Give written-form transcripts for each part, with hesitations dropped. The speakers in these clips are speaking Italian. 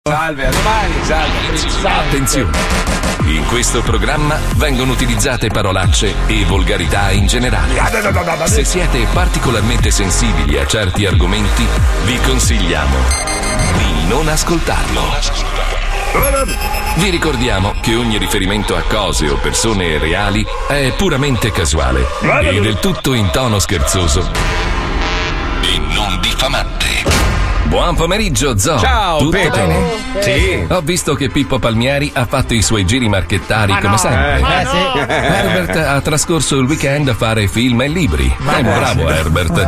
Salve, a domani, salve. Attenzione! In questo programma vengono utilizzate parolacce e volgarità in generale. Se siete particolarmente sensibili a certi argomenti, vi consigliamo di non ascoltarlo. Vi ricordiamo che ogni riferimento a cose o persone reali è puramente casuale e del tutto in tono scherzoso e non diffamante. Buon pomeriggio, Zo. Ciao, tutto Pepe. bene? Sì. Ho visto che Pippo Palmieri ha fatto i suoi giri marchettari come sempre. Sì. Herbert ha trascorso il weekend a fare film e libri. Bravo Herbert.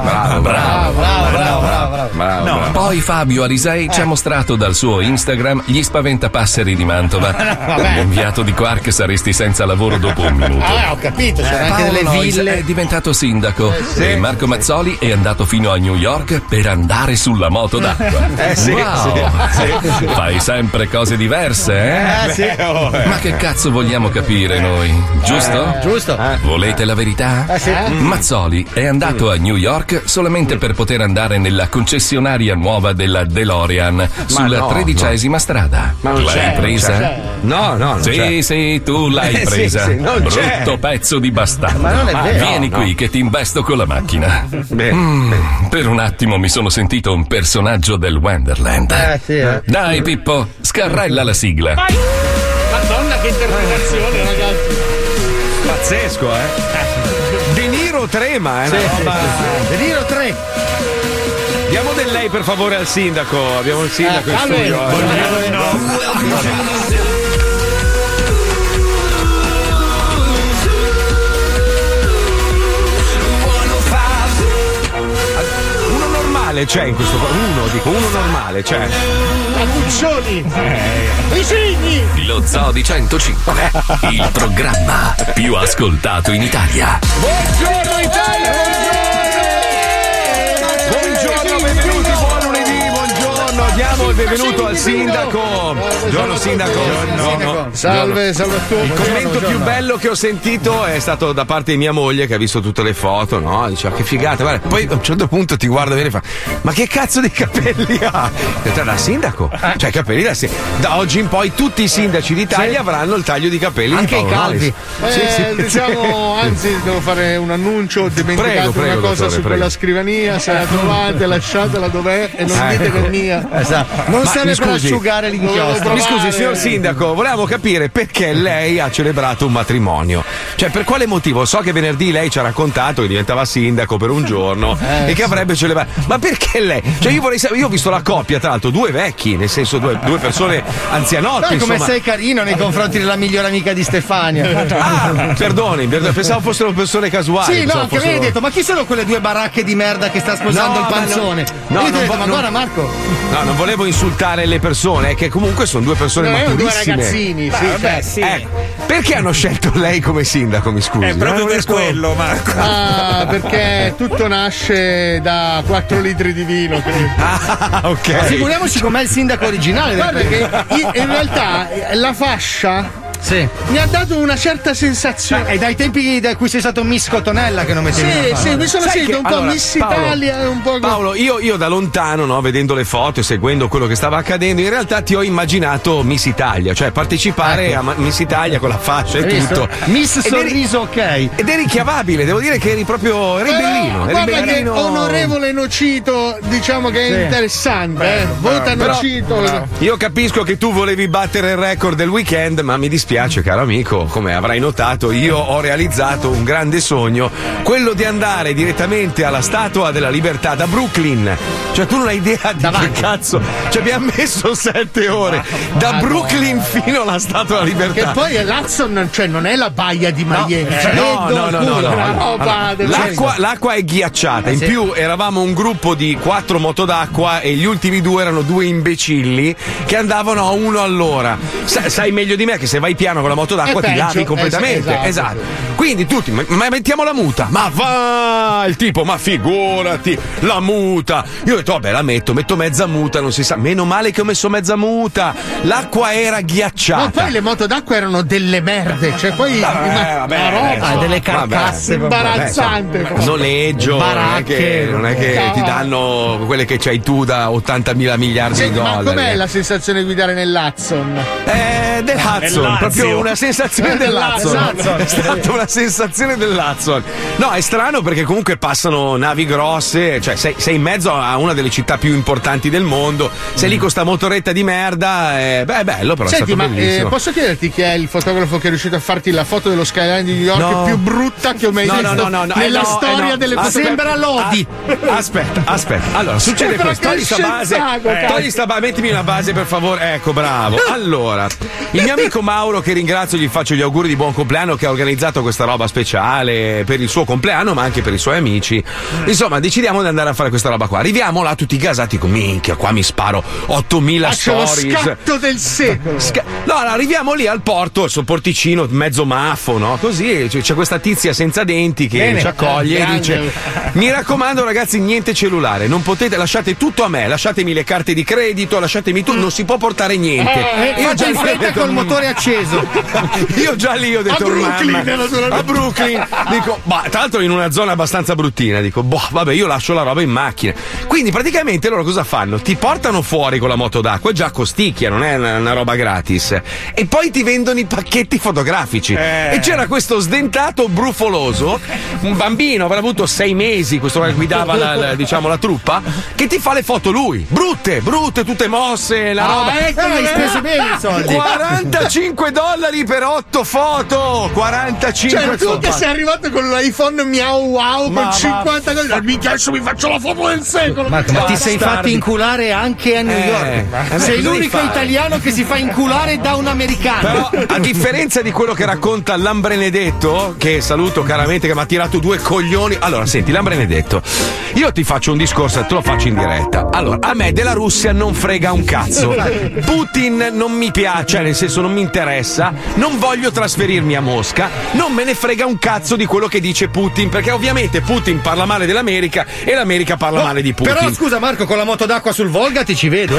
Bravo. Poi Fabio Alisei ci ha mostrato dal suo Instagram gli spaventapasseri di Mantova. Inviato di Quark saresti senza lavoro dopo un minuto. Ho capito, c'era anche Paolo delle Noyes ville. è diventato sindaco e Marco Mazzoli è andato fino a New York per andare sulla moto d'acqua. Wow. Fai sempre cose diverse, eh? Ma che cazzo vogliamo capire noi? Giusto? Giusto. Volete la verità? Sì. Mazzoli è andato a New York solamente per poter andare nella concessionaria nuova della DeLorean sulla 13ª strada. Ma non L'hai c'è, presa? No, non c'è. Sì, tu l'hai presa. sì, non c'è. Brutto pezzo di bastardo. Ma non è vero. Vieni qui che ti investo con la macchina. Per un attimo mi sono sentito un personaggio del Wonderland. Dai Pippo, scarrella la sigla. Madonna, che interpretazione, ragazzi. Pazzesco, De Niro trema, De Niro 3. Diamo del lei per favore al sindaco. Abbiamo il sindaco in studio. Uno normale c'è in questo uno normale c'è. Annuccioni. I segni. Lo Zoo di 105, il programma più ascoltato in Italia. Buongiorno Italia, buongiorno, benvenuti, buon lunedì, buongiorno, diamo il benvenuto al sindaco. Buongiorno sindaco. Salve a tutti. Il commento più bello che ho sentito è stato da parte di mia moglie che ha visto tutte le foto, no? Diceva che figata, guarda. Poi a un certo punto ti guarda bene e fa: ma che cazzo di capelli ha? Ho detto, da sindaco? Cioè i capelli da sindaco. Da oggi in poi tutti i sindaci d'Italia avranno il taglio di capelli Anche di i Paolo calvi. Noyes. Diciamo, anzi, devo fare un annuncio. Ho dimenticato Prego, una cosa dottore, su quella scrivania. Se la trovate, lasciatela dov'è e non dite che è mia. Non Ma serve mi per scusi. asciugare l'inchiostro. Mi scusi, signor sindaco, volevamo capire perché lei ha celebrato un matrimonio. Cioè, per quale motivo? So che venerdì lei ci ha raccontato che diventava sindaco per un giorno e che avrebbe celebrato. Ma perché lei? Cioè, io vorrei sapere, io ho visto la coppia, tra l'altro, due vecchi, nel senso due persone anzianotte. Dai, come insomma. sei carino nei confronti della migliore amica di Stefania. Ah, perdoni, pensavo fossero persone casuali. Sì, no, pensavo anche lei fossero- ha detto, ma chi sono quelle due baracche di merda che sta sposando No, il ma panzone? no, Io ti ho non detto, vo- ma non- guarda Marco. No, non volevo insultare le persone, è che comunque sono due persone Due maturissime. ragazzini, sì. Perché hanno scelto lei come sindaco, mi scusi? È proprio Non per riesco- quello, Marco. Ah, perché tutto nasce da 4 litri di vino, credo. Ah, ok. Figuriamoci com'è il sindaco originale. Guarda che in realtà la fascia Sì. mi ha dato una certa sensazione. È dai tempi da cui sei stato Miss Cotonella che non mettevi Sì, una sì, mi sono Sai sentito che- un po' allora, Miss Paolo, Italia, un po' Paolo, io da lontano, no, vedendo le foto e seguendo quello che stava accadendo, in realtà ti ho immaginato Miss Italia, cioè partecipare a Miss Italia con la fascia e Hai visto? tutto. Miss Ed eri- Sorriso, ok. Ed eri chiavabile, devo dire che eri proprio bellino. Eri Guarda che bellino. onorevole Nocito, diciamo che è interessante, Vota Però- Nocito. Io capisco che tu volevi battere il record del weekend, ma mi dispiace, caro amico, come avrai notato, io ho realizzato un grande sogno, quello di andare direttamente alla Statua della Libertà da Brooklyn. Cioè, tu non hai idea di che cazzo. Ci abbiamo messo 7 ore da Brooklyn fino alla Statua della Che Libertà. poi l'Hudson, cioè non è la baia di Miami, No, no, no, no, no. una roba del L'acqua è ghiacciata. In più eravamo un gruppo di 4 moto d'acqua e gli ultimi 2 erano 2 imbecilli che andavano a 1 all'ora. Sai meglio di me che se vai piano con la moto d'acqua ti lavi completamente. Esatto. Quindi tutti, ma mettiamo la muta. Ma va! Il tipo, ma figurati, la muta. Io ho detto, vabbè, la metto mezza muta, non si sa. Meno male che ho messo mezza muta. L'acqua era ghiacciata. Ma poi le moto d'acqua erano delle merde, cioè poi delle carcasse imbarazzante. Noleggio, non è che ti danno quelle che c'hai tu da 80.000 miliardi di dollari. Ma com'è la sensazione di guidare nell'Hudson? Del Hudson, proprio una sensazione dell'Hudson. È stata una sensazione dell'Hudson. No, è strano perché comunque passano navi grosse, cioè sei in mezzo a una delle città più importanti del mondo, sei lì con sta motoretta di merda, è bello però. Senti, è stato bellissimo. Posso chiederti chi è il fotografo che è riuscito a farti la foto dello skyline di New York più brutta che ho mai visto nella storia delle foto? Sembra Lodi. Aspetta. Allora, succede questo. Togli sta base, mettimi una base per favore. Ecco, bravo. Allora, il mio amico Mauro, che ringrazio, gli faccio gli auguri di buon compleanno, che ha organizzato questa roba speciale per il suo compleanno, ma anche per i suoi amici. Insomma, decidiamo di andare a fare questa roba qua. Arriviamo là tutti gasati con minchia, qua mi sparo 8.000 stories. Lo scatto del secolo. No, arriviamo lì al porto, il suo porticino mezzo maffo, no? Così c'è questa tizia senza denti che ci accoglie e dice: mi raccomando ragazzi, niente cellulare, non potete, lasciate tutto a me, lasciatemi le carte di credito, lasciatemi tutto, non si può portare niente. Io già in fretta col motore acceso. Io già lì ho detto a Brooklyn, dico, tra l'altro in una zona abbastanza bruttina, dico, vabbè, io lascio la roba in macchina. Quindi praticamente loro cosa fanno? Ti portano fuori con la moto d'acqua, già costicchia, non è una roba gratis, e poi ti vendono i pacchetti fotografici. E c'era questo sdentato brufoloso, un bambino, avrà avuto 6 mesi, questo che guidava la truppa, che ti fa le foto lui, brutte, tutte mosse, la roba. Hai speso bene i soldi. $45 per 8 foto. 45. Cioè, tu che sei arrivato con l'iPhone miau wow con $50. Minchia, adesso mi faccio la foto del secolo. Ma ti sei fatto inculare anche a New York. Sei l'unico italiano che si fa inculare da un americano. Però, a differenza di quello che racconta Lambrenedetto, che saluto caramente, che mi ha tirato 2 coglioni. Allora, senti, Lambrenedetto, io ti faccio un discorso, te lo faccio in diretta. Allora, a me della Russia non frega un cazzo. Putin non mi piace, nel senso non mi interessa, non voglio trasferirmi a Mosca, non me ne frega un cazzo di quello che dice Putin, perché ovviamente Putin parla male dell'America e l'America parla male di Putin. Però scusa Marco, con la moto d'acqua sul Volga ti ci vedo,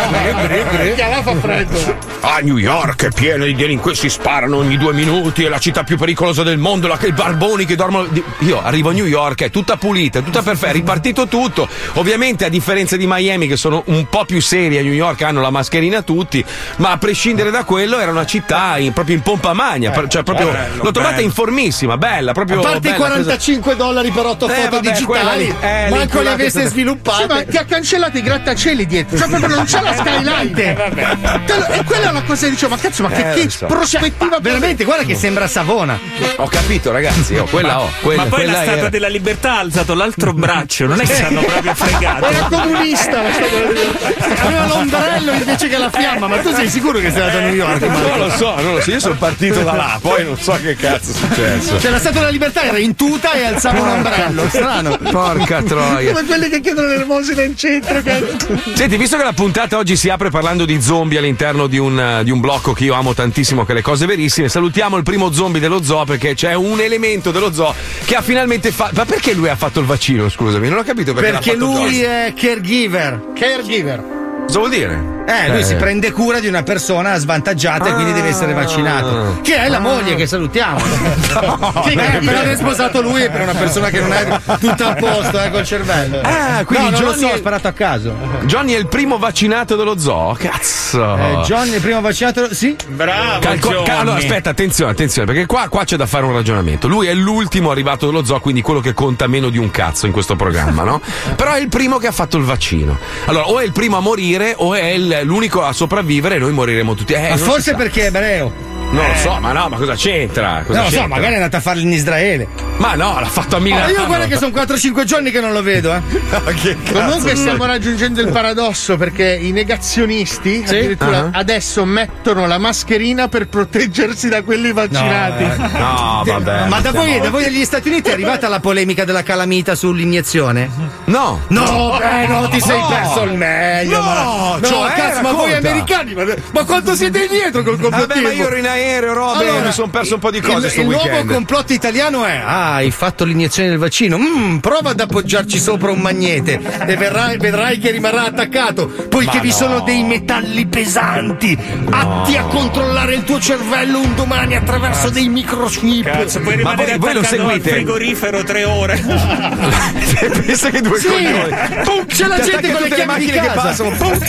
Là fa freddo. A New York è pieno di delinquenti, si sparano ogni 2 minuti, è la città più pericolosa del mondo, i barboni che dormono. Io arrivo a New York, è tutta pulita, tutta perfetta, è ripartito tutto. Ovviamente a differenza di Miami, che sono un po' più seri, a New York hanno la mascherina tutti, ma a prescindere da quello era una città proprio in pompa magna, cioè proprio l'ho trovata informissima, bella, proprio. A parte bella, i $45 per 8 foto digitali, manco li avesse sviluppate. Sì, ma ti ha cancellato i grattacieli dietro, cioè proprio non c'è la skyline. E quella è la cosa che dicevo, ma cazzo, ma che prospettiva veramente, guarda che sembra Savona. Ho capito ragazzi, quella ma poi la Statua della Libertà ha alzato l'altro braccio, non è che ci hanno proprio fregato. Era comunista la Statua della Libertà. Aveva l'ombrello invece che la fiamma, ma tu sei sicuro che sei andato a New York? Non lo so, io sono partito da là, poi non so che cazzo è successo. Cioè la Statua della Libertà era in tuta e alzava un ombrello, strano. Porca troia. Come quelli che chiedono l'elemosina in centro. Senti, visto che la puntata oggi si apre parlando di zombie all'interno di un blocco che io amo tantissimo, che è le cose verissime, salutiamo il primo zombie dello zoo, perché c'è un elemento dello zoo che ha finalmente fatto. Ma perché lui ha fatto il vaccino, scusami? Non ho capito perché lui è caregiver. Cosa vuol dire? Lui si prende cura di una persona svantaggiata e quindi deve essere vaccinato. Che è la moglie, che salutiamo. Per aver sposato lui e per una persona che non è tutta a posto col cervello. Quindi non Johnny lo so, ho sparato a caso. Johnny è il primo vaccinato dello zoo? Cazzo. Johnny è il primo vaccinato? Sì. Bravo. Allora, aspetta, attenzione, perché qua c'è da fare un ragionamento. Lui è l'ultimo arrivato dello zoo, quindi quello che conta meno di un cazzo in questo programma, no? Però è il primo che ha fatto il vaccino. Allora, o è il primo a morire o è l'unico a sopravvivere e noi moriremo tutti. Ma forse perché è ebreo. Non lo so, ma cosa c'entra? Non lo so, magari è andato a farlo in Israele. Ma no, l'ha fatto a Milano. Io guarda che sono 4-5 giorni che non lo vedo, Che Comunque stiamo raggiungendo il paradosso perché i negazionisti addirittura adesso mettono la mascherina per proteggersi da quelli vaccinati. No, vabbè. Ma da voi degli Stati Uniti è arrivata la polemica della calamita sull'iniezione? No. No, ti sei perso il meglio. No, cioè, cazzo, ma voi americani, ma quanto siete indietro col complottismo? Vabbè, ma io ero in aereo, Robe, mi sono perso un po' di cose sto il weekend. nuovo complotto italiano è: hai fatto l'iniezione del vaccino? Prova ad appoggiarci sopra un magnete e vedrai che rimarrà attaccato, poiché vi sono dei metalli pesanti atti a controllare il tuo cervello un domani attraverso dei microchip. Cazzo, puoi rimanere voi lo attaccato al seguite? frigorifero 3 ore. Pensa che due coglioni. C'è la gente con le chiavi di casa.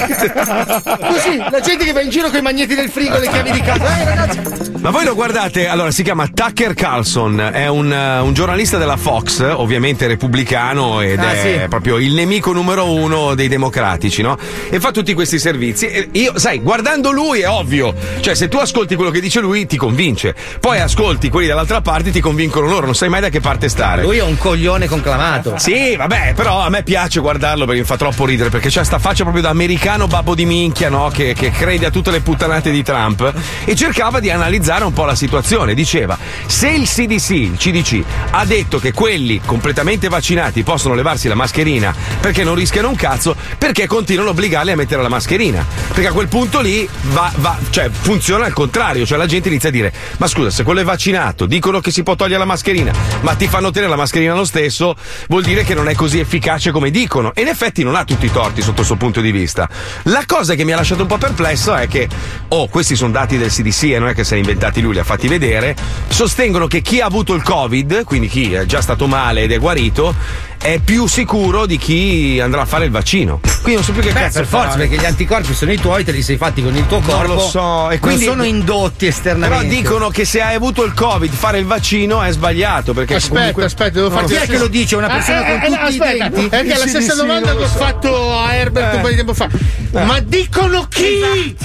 Così, la gente che va in giro con i magneti del frigo, le chiavi di casa. Ragazzi. Ma voi lo guardate? Allora, si chiama Tucker Carlson, è un giornalista della Fox, ovviamente repubblicano, ed è proprio il nemico numero 1 dei democratici, no? E fa tutti questi servizi. E io, sai, guardando lui è ovvio, cioè se tu ascolti quello che dice lui ti convince, poi ascolti quelli dall'altra parte ti convincono loro, non sai mai da che parte stare. Lui è un coglione conclamato. Sì, vabbè, però a me piace guardarlo perché mi fa troppo ridere, perché c'ha sta faccia proprio da americano babbo di minchia, no? Che crede a tutte le puttanate di Trump, e cercava di analizzare un po' la situazione. Diceva: se il CDC ha detto che quelli completamente vaccinati possono levarsi la mascherina perché non rischiano un cazzo, perché continuano a obbligarli a mettere la mascherina? Perché a quel punto lì cioè funziona al contrario, cioè la gente inizia a dire: ma scusa, se quello è vaccinato, dicono che si può togliere la mascherina, ma ti fanno tenere la mascherina lo stesso, vuol dire che non è così efficace come dicono. E in effetti non ha tutti i torti sotto il suo punto di vista. La cosa che mi ha lasciato un po' perplesso è che questi sono dati del CDC e non è che se li ha inventati lui, li ha fatti vedere. Sostengono che chi ha avuto il Covid, quindi chi è già stato male ed è guarito, è più sicuro di chi andrà a fare il vaccino. Quindi non so più che cazzo per forza, perché gli anticorpi sono i tuoi, te li sei fatti con il tuo corpo. Non lo so, e quindi non sono indotti esternamente. Però dicono che se hai avuto il Covid fare il vaccino è sbagliato, perché aspetta, devo farti. Chi è che lo dice? Una persona con tutti i denti? Perché è la stessa domanda che ho fatto a Herbert un po' di tempo fa. Ma dicono chi?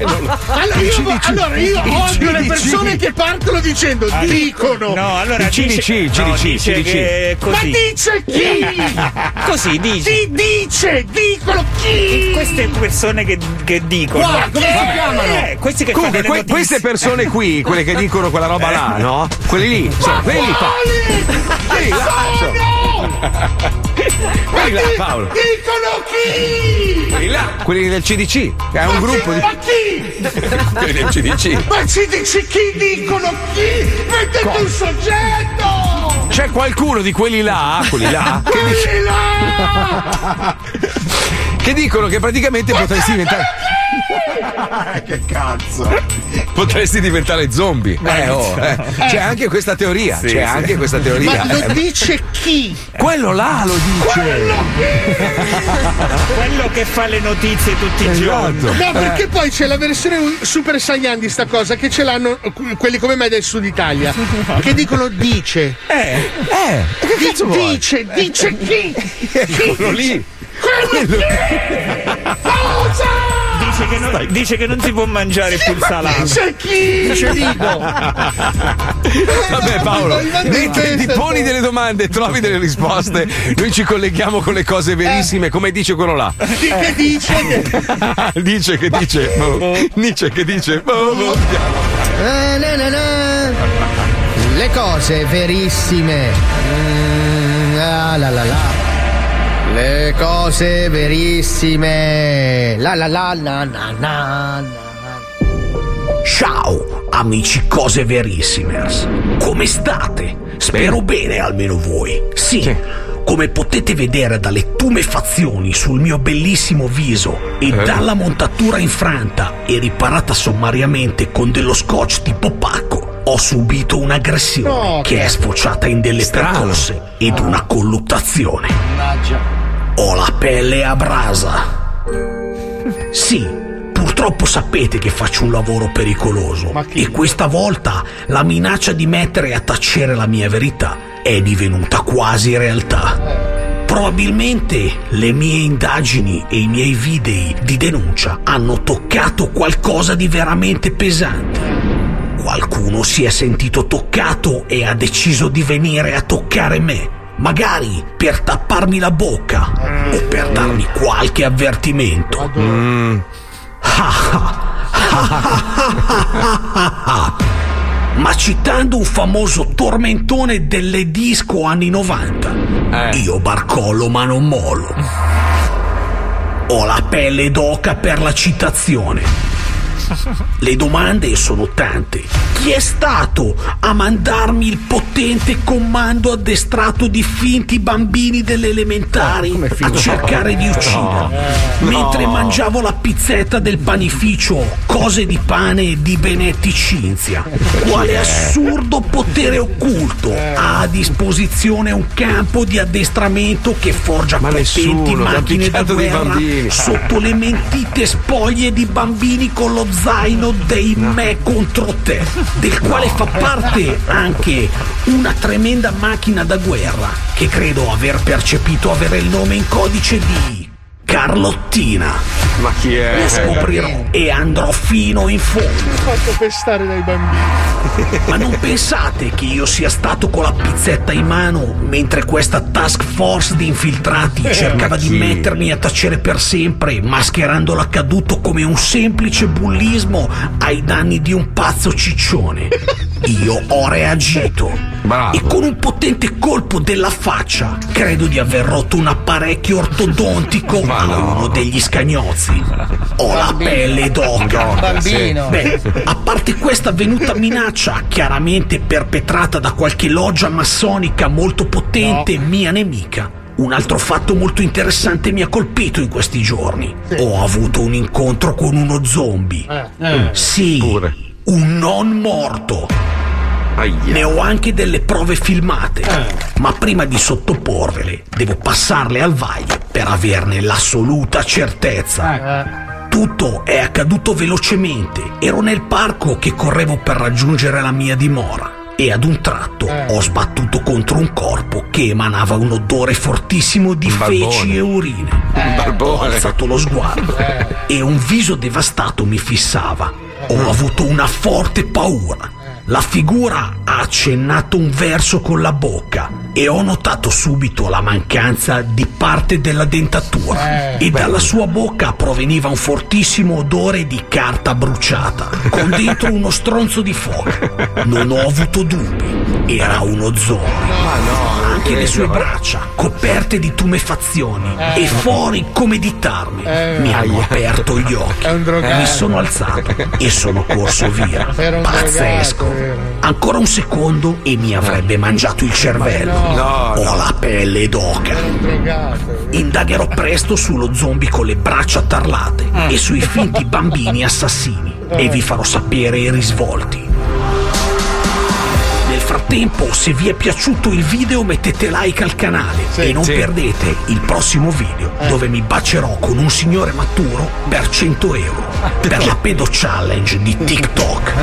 Allora io odio le persone che partono dicendo dicono. No, allora il CDC. che così. Ma dice chi? Così dice. Dicono chi? Queste persone che dicono. Guarda, come si chiamano? Questi che Comunque, fanno le notizie. queste persone qui, quelle che dicono quella roba là, no? Quelli lì, quelli lì, quelli là, Paolo. Dicono chi? Quelli del CDC, è un gruppo di. Ma chi? Quelli del CDC. Ma CDC chi dicono chi? Mettete un soggetto! C'è qualcuno di quelli là, che dicono che praticamente potresti diventare. Che cazzo? Potresti diventare zombie. C'è anche questa teoria. Anche questa teoria. Ma lo dice chi? Quello là lo dice. Quello che fa le notizie tutti i giorni. No, perché poi c'è la versione Super Saiyan di sta cosa che ce l'hanno quelli come me del sud Italia, che dicono dice. Che cazzo vuoi? Dice chi? Quello lì. Dice che non si può mangiare più il salame. Dice chi? Dice Vigo. Vabbè, Paolo, mentre ti poni delle domande e trovi delle risposte, noi ci colleghiamo con le cose verissime, come dice quello là. Che dice? Dice che dice. Dice che dice. Le cose verissime. Le cose verissime. Ciao amici cose verissimers, come state? Spero bene almeno voi. Sì, come potete vedere dalle tumefazioni sul mio bellissimo viso e dalla montatura infranta e riparata sommariamente con dello scotch tipo pacco, ho subito un'aggressione che è sfociata in delle percosse ed una colluttazione. Ho la pelle a brasa. Sì, purtroppo sapete che faccio un lavoro pericoloso e questa volta la minaccia di mettere a tacere la mia verità è divenuta quasi realtà. Probabilmente le mie indagini e i miei video di denuncia hanno toccato qualcosa di veramente pesante. Qualcuno si è sentito toccato e ha deciso di venire a toccare me, magari per tapparmi la bocca o per darmi qualche avvertimento. Ma citando un famoso tormentone delle disco anni 90, io barcollo ma non molo. Ho la pelle d'oca per la citazione. Le domande sono tante. Chi è stato a mandarmi il potente comando addestrato di finti bambini delle elementari a cercare di uccidermi? Mentre mangiavo la pizzetta del panificio Cose di Pane di Benetti Cinzia. Quale assurdo potere occulto ha a disposizione un campo di addestramento che forgia potenti macchine da guerra sotto le mentite spoglie di bambini con lo zaino dei me contro te, del quale fa parte anche una tremenda macchina da guerra che credo aver percepito avere il nome in codice di Carlottina. Ma chi è? Lo scoprirò e andrò fino in fondo. Mi ho fatto pestare dai bambini. Ma non pensate che io sia stato con la pizzetta in mano mentre questa task force di infiltrati cercava di mettermi a tacere per sempre, mascherando l'accaduto come un semplice bullismo ai danni di un pazzo ciccione. Io ho reagito. Bravo. E con un potente colpo della faccia credo di aver rotto un apparecchio ortodontico a uno degli scagnozzi. Ho la pelle d'oca. Bambino. Beh, a parte questa venuta minaccia chiaramente perpetrata da qualche loggia massonica molto potente, mia nemica, un altro fatto molto interessante mi ha colpito in questi giorni. Ho avuto un incontro con uno zombie. Sì, un non morto. Ne ho anche delle prove filmate, ma prima di sottoporvele devo passarle al vaglio per averne l'assoluta certezza. Tutto è accaduto velocemente. Ero nel parco che correvo per raggiungere la mia dimora e ad un tratto ho sbattuto contro un corpo che emanava un odore fortissimo di feci e urine. Ho alzato lo sguardo e un viso devastato mi fissava. Ho avuto una forte paura. La figura ha accennato un verso con la bocca e ho notato subito la mancanza di parte della dentatura e dalla sua bocca proveniva un fortissimo odore di carta bruciata con dentro uno stronzo di foca. Non ho avuto dubbi, era uno zombie. Anche le sue braccia coperte di tumefazioni e fori come di tarme mi hanno aperto gli occhi. Mi sono alzato e sono corso via. Pazzesco. Ancora un secondo e mi avrebbe mangiato il cervello. Ho la pelle d'oca. Indagherò presto sullo zombie con le braccia tarlate e sui finti bambini assassini e vi farò sapere i risvolti. Nel frattempo, se vi è piaciuto il video, mettete like al canale e non perdete il prossimo video dove mi bacerò con un signore maturo per 100 euro per la pedo challenge di TikTok.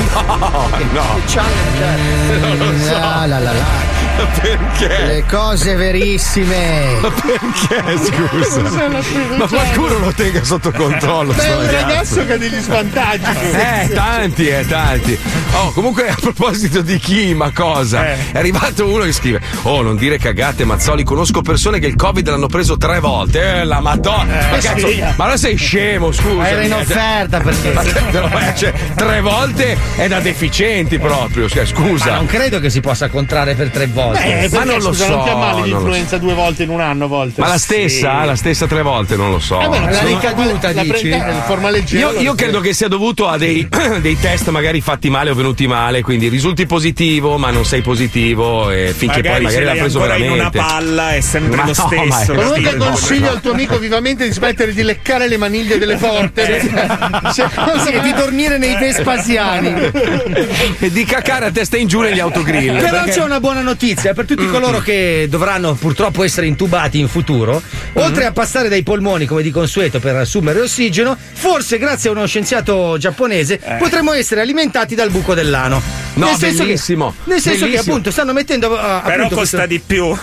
Non lo so. Perché? Le cose verissime. Ma perché, scusa? Ma qualcuno lo tenga sotto controllo. Beh, è un ragazzo che ha degli svantaggi. Tanti. Oh, comunque, a proposito di chi, ma cosa? È arrivato uno che scrive: oh, non dire cagate, Mazzoli, conosco persone che il Covid l'hanno preso 3 volte. La madonna. Ma cazzo, ma non sei scemo, scusa. Era in offerta perché. Cioè, 3 volte è da deficienti proprio. Scusa. Ma non credo che si possa contrarre per 3 volte. Ma non lo so. Non ti ammali l'influenza 2 volte in un anno a volte. Ma la stessa 3 volte, non lo so. La ricaduta, dici? In forma leggera. Io credo che sia dovuto a dei test magari fatti male o venuti male, quindi risulti positivo ma non sei positivo e finché poi magari l'ha preso veramente. In una palla è sempre lo stesso. Comunque consiglio al tuo amico vivamente di smettere di leccare le maniglie delle porte e di dormire nei Vespasiani e di cacare a testa in giù negli autogrill. Però c'è una buona notizia per tutti coloro che dovranno purtroppo essere intubati in futuro. Oltre a passare dai polmoni come di consueto per assumere ossigeno, forse grazie a uno scienziato giapponese potremo essere alimentati dal buco dell'ano. No, bellissimo. Nel senso che appunto stanno mettendo però costa di più.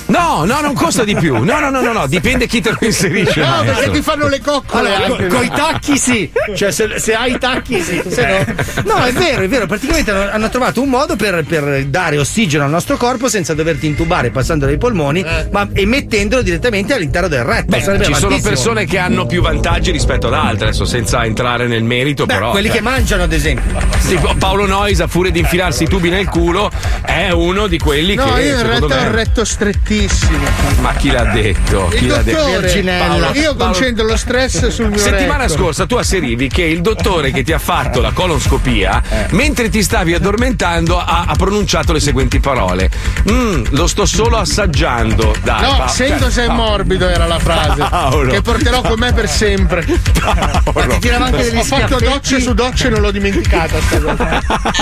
No, non costa di più. No, dipende chi te lo inserisce. No, maestro. perché ti fanno le coccole. Allora, coi tacchi sì, cioè se hai i tacchi sì, se no è vero, praticamente hanno trovato un modo per dare ossigeno al nostro corpo senza doverti intubare passando dai polmoni, ma emettendolo direttamente all'interno del retto. Ci sono persone che hanno più vantaggi rispetto ad altre, adesso senza entrare nel merito. Però quelli che mangiano ad esempio. Tipo Paolo Noyes, a furia di infilarsi i tubi nel culo, è uno di quelli che io in realtà ho un retto strettissimo. Ma chi l'ha detto? Il dottore, Paolo, io concentro lo stress sul mio settimana retto. scorsa tu asserivi che il dottore che ti ha fatto la colonscopia, mentre ti stavi addormentando, ha pronunciato le seguenti parole: lo sto solo assaggiando. Dai, No, sento se è morbido era la frase. Paolo. Che porterò con me per sempre. Ma ti tirava anche degli Ho fatto schiaffetti. docce su docce e non l'ho dimenticata sta cosa.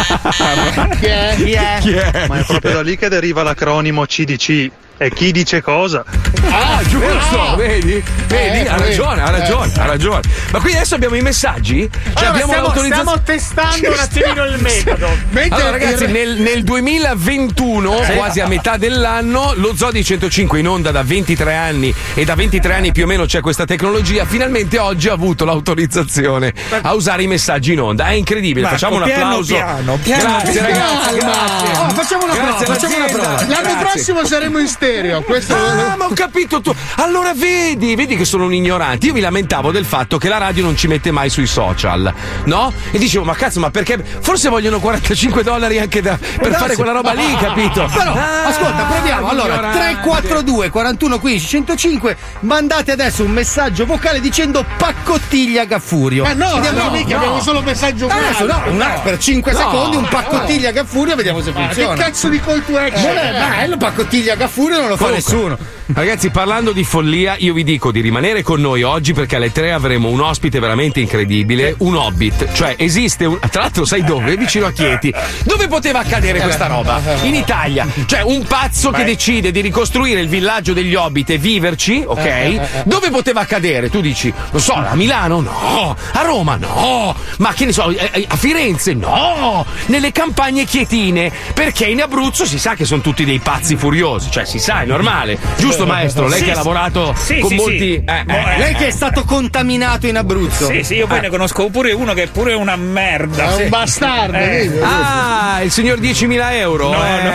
Chi è? Chi è? Ma è proprio da lì che deriva l'acronimo CDC. E chi dice cosa? Giusto, vedi? Ha ragione. Ma qui adesso abbiamo i messaggi? Cioè abbiamo l'autorizzazione. Stiamo testando un attimino il metodo. Allora ragazzi, nel 2021, quasi a metà dell'anno, lo Zoo di 105 in onda da 23 anni e da 23 anni più o meno c'è questa tecnologia, finalmente oggi ha avuto l'autorizzazione a usare i messaggi in onda. È incredibile, facciamo un applauso. Piano. Grazie ragazzi, grazie. Facciamo una prova. L'anno prossimo saremo in stereo. Questo Ma ho capito tu. Allora vedi che sono un ignorante. Io mi lamentavo del fatto che la radio non ci mette mai sui social, no? E dicevo, ma cazzo, ma perché? Forse vogliono $45 anche per fare quella roba lì, capito? Però, ascolta, proviamo. Allora, 342 41 15 105, mandate adesso un messaggio vocale dicendo paccottiglia Gaffurio. Ma no, mica abbiamo solo messaggio Adesso per 5 secondi un paccottiglia Gaffurio, vediamo se Che funziona. cazzo di call to action? Bello, paccottiglia Gaffurio non lo fa nessuno. Ragazzi, parlando di follia, io vi dico di rimanere con noi oggi perché alle 3 avremo un ospite veramente incredibile, un hobbit. Cioè esiste tra l'altro sai dove? Vicino a Chieti. Dove poteva accadere questa roba? In Italia. Cioè un pazzo che decide di ricostruire il villaggio degli hobbit e viverci, ok? Dove poteva accadere? Tu dici, lo so, a Milano? No. A Roma? No. Ma che ne so, a Firenze? No. Nelle campagne chietine. Perché in Abruzzo si sa che sono tutti dei pazzi furiosi. Cioè si sa, è normale. Giusto maestro? Lei che ha lavorato con molti... Lei che è stato contaminato in Abruzzo. Sì, io poi ne conosco pure uno che è pure una merda. È un bastardo. Ah, il signor 10.000 euro?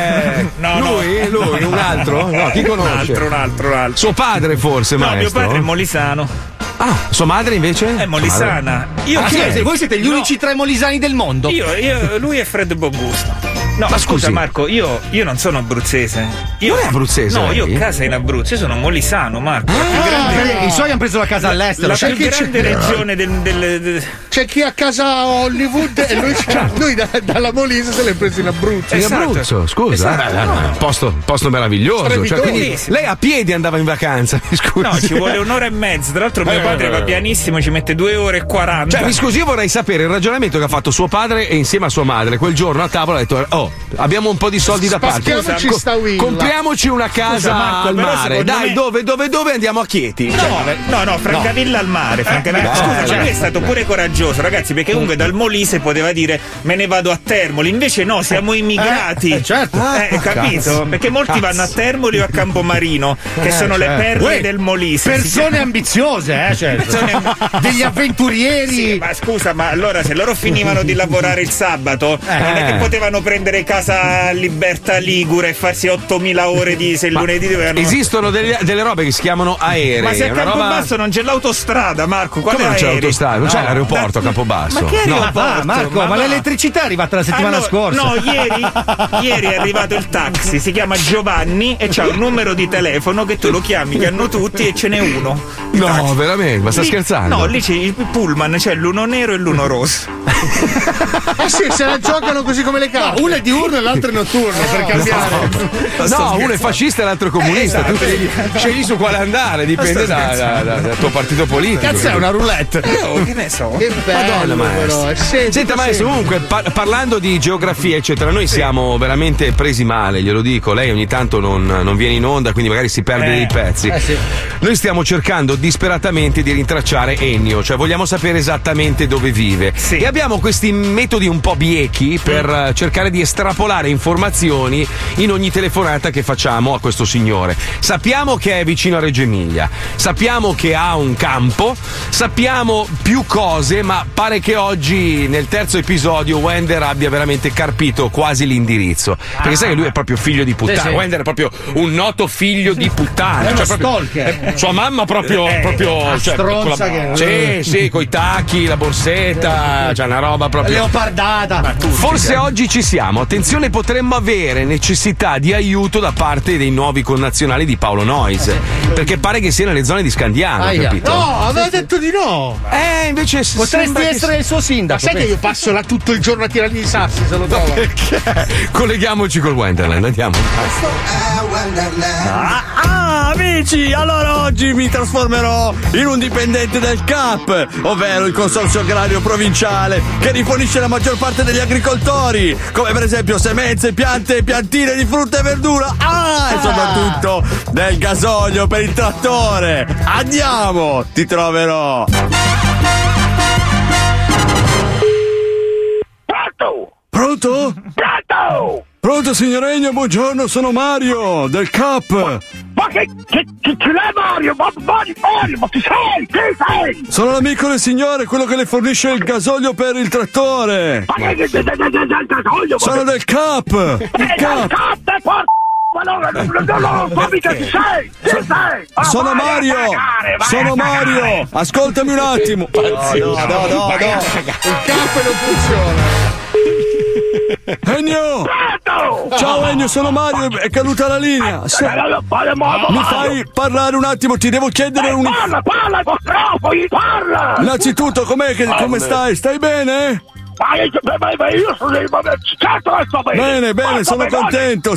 No. Lui, un altro? No, chi conosce? Un altro. Suo padre forse, No, maestro? mio padre è molisano. Ah, sua madre invece? È molisana. Io Voi siete gli unici 3 molisani del mondo. Lui è Fred Bogusto. No, Ma scusa scusi. Marco, io non sono abruzzese. Non è abruzzese, No, io lei? ho casa in Abruzzo, io sono molisano, Marco. La più grande, I suoi hanno preso la casa all'estero. la Sai più che grande regione del C'è chi a casa a Hollywood e lui dalla Molise se l'è preso in Abruzzo. In Esatto. Abruzzo, scusa. Posto meraviglioso. Cioè, quindi lei a piedi andava in vacanza, mi scusi. No, ci vuole un'ora e mezza. Tra l'altro mio padre va pianissimo, ci mette 2 ore e 40. Cioè, mi scusi, io vorrei sapere il ragionamento che ha fatto suo padre e insieme a sua madre quel giorno a tavola ha detto: oh, abbiamo un po' di soldi da parte. Spacchiamoci sta Willa. Compriamoci una casa Marco, al però mare. secondo Dai, me- dove andiamo a Chieti? No, Francavilla al mare. Francavilla. Scusa, cioè lui è stato pure coraggioso, ragazzi, perché comunque dal Molise poteva dire me ne vado a Termoli, invece no, siamo immigrati. certo. Capito? Perché molti vanno a Termoli o a Campomarino, che sono le perle del Molise. Persone ambiziose, certo. Degli avventurieri. Sì, ma scusa, ma allora se loro finivano di lavorare il sabato, non è che potevano prendere casa a Libertà Ligure e farsi 8.000 ore se il lunedì dovevano. Esistono delle robe che si chiamano aerei. Ma se a una roba- Campobasso non c'è l'autostrada, Marco, quale Come non c'è aerei? l'autostrada? Non c'è No. l'aeroporto a Campobasso. Ma che aeroporto? Marco, ma l'elettricità è arrivata la settimana scorsa. No, ieri è arrivato il taxi, si chiama Giovanni e c'ha un numero di telefono che tu lo chiami, che hanno tutti e ce n'è uno. No, veramente, ma sta Lì- scherzando? No, lì c'è il pullman, c'è l'uno nero e l'uno rosso. Sì, se la giocano così come le carte. Uno è diurno e l'altro è notturno per cambiare. No, uno è fascista e l'altro è comunista. Tu scegli su quale andare, dipende dal tuo partito politico. Cazzo, è una roulette. Che ne so. Che bello, Madonna, però. maestro. Senta maestro, comunque parlando di geografia eccetera, noi siamo veramente presi male, glielo dico. Lei ogni tanto non viene in onda, quindi magari si perde dei pezzi. Sì. Noi stiamo cercando disperatamente di rintracciare Ennio, cioè vogliamo sapere esattamente dove vive. Sì. E abbiamo abbiamo questi metodi un po' biechi per cercare di estrapolare informazioni in ogni telefonata che facciamo a questo signore. Sappiamo che è vicino a Reggio Emilia, sappiamo che ha un campo, sappiamo più cose, ma pare che oggi nel terzo episodio Wender abbia veramente carpito quasi l'indirizzo. Perché sai che lui è proprio figlio di puttana. Sì. Wender è proprio un noto figlio di puttana. È uno stalker. Sua mamma proprio stronza sì, coi tacchi, la borsetta, c'è una roba proprio leopardata. Forse oggi ci siamo. Attenzione, potremmo avere necessità di aiuto da parte dei nuovi connazionali di Paolo Noyes, perché pare che sia nelle zone di Scandiano, capito? No, aveva detto di no. Invece potresti essere il suo sindaco. Ma sai che io passo là tutto il giorno a tirargli i sassi se lo trovo? Perché? Colleghiamoci col Wonderland, andiamo. Amici, allora oggi mi trasformerò in un dipendente del CAP, ovvero il Consorzio Agrario Provinciale, che rifornisce la maggior parte degli agricoltori, come per esempio semenze, piante e piantine di frutta e verdura, e soprattutto del gasolio per il trattore. Andiamo, ti troverò. Pronto? Pronto? Pronto, signor Ennio, buongiorno, sono Mario del CAP. Ma che è Mario? Mario, ma chi sei? Chi sei? Sono l'amico del signore, quello che le fornisce il gasolio per il trattore. Ma che gasolio? Sono del CAP. Il CAP, ma non so mica chi sei. Chi sei? Sono Mario. Sono Mario. Ascoltami un attimo. No. Il CAP non funziona. Ennio! Ciao Ennio, sono Mario, è caduta la linea. Mi fai parlare un attimo, ti devo chiedere un... Parla! Innanzitutto, come stai? Stai bene? Io sono certo che sto bene. Bene, sono contento.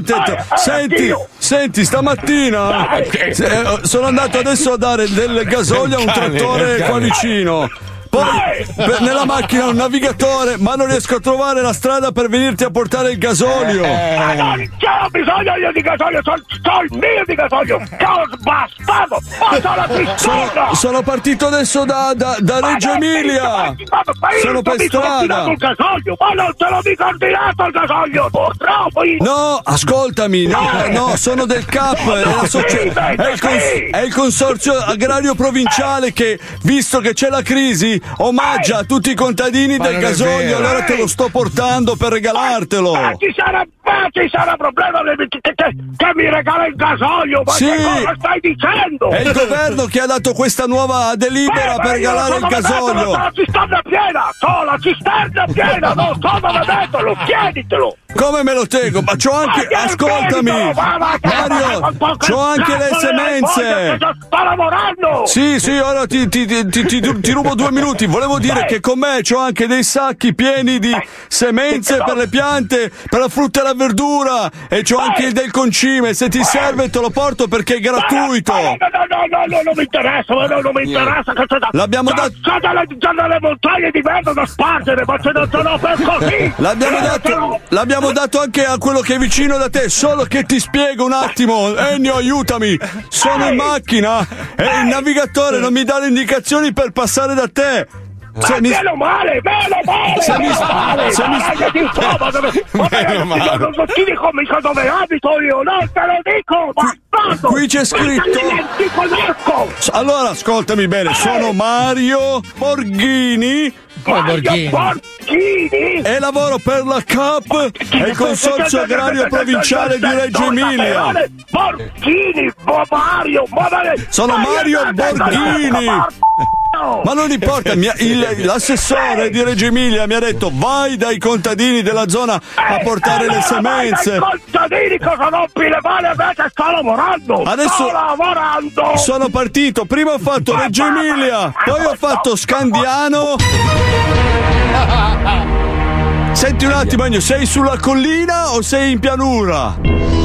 Senti, stamattina sono andato adesso a dare del gasolio a un trattore qua vicino. Poi nella macchina ho un navigatore, ma non riesco a trovare la strada per venirti a portare il gasolio. Non c'ho bisogno io di gasolio, c'ho il mio di gasolio. Cavolo bastardo! Sono partito adesso da Reggio Emilia. Sono per strada. Ma non te l'ho mica ordinato il gasolio, purtroppo. No, ascoltami, no, sono del CAP, è il Consorzio Agrario Provinciale che, visto che c'è la crisi, omaggia a tutti i contadini del gasolio, allora te lo sto portando per regalartelo. Ci sarà problema che mi regala il gasolio, ma sì. Che cosa stai dicendo? È il governo che ha dato questa nuova delibera per regalare il gasolio. La cisterna piena, non so dove metterlo, chieditelo. Come me lo tengo? Ma c'ho anche, ascoltami Mario, c'ho anche le semenze. Sto lavorando. Sì, ora ti rubo 2 minuti. Volevo dire che con me c'ho anche dei sacchi pieni di semenze per le piante, per la frutta e la verdura, e c'ho anche del concime. Se ti serve te lo porto perché è gratuito. No, non mi interessa, non mi interessa. L'abbiamo dato. C'ho delle montagne di verde da spargere, ma se non ce l'ho per così. L'abbiamo dato anche a quello che è vicino da te, solo che ti spiego un attimo. Ennio, aiutami, sono in macchina e il navigatore non mi dà le indicazioni per passare da te. Meno male. Non ti dico mica dove abito io, non te lo dico, bastardo. Qui c'è scritto. Allora, ascoltami bene, sono Mario Borghini. E lavoro per la CAP e il Consorzio Agrario Provinciale di Reggio Emilia. Borghini, Mario. Sono Mario Borghini. Ma non importa, l'assessore di Reggio Emilia mi ha detto vai dai contadini della zona a portare le semenze. I contadini cosa rompi le mani a me che sto lavorando? Adesso sono partito, prima ho fatto Reggio Emilia, poi ho fatto Scandiano. Senti un attimo, Ennio, sei sulla collina o sei in pianura?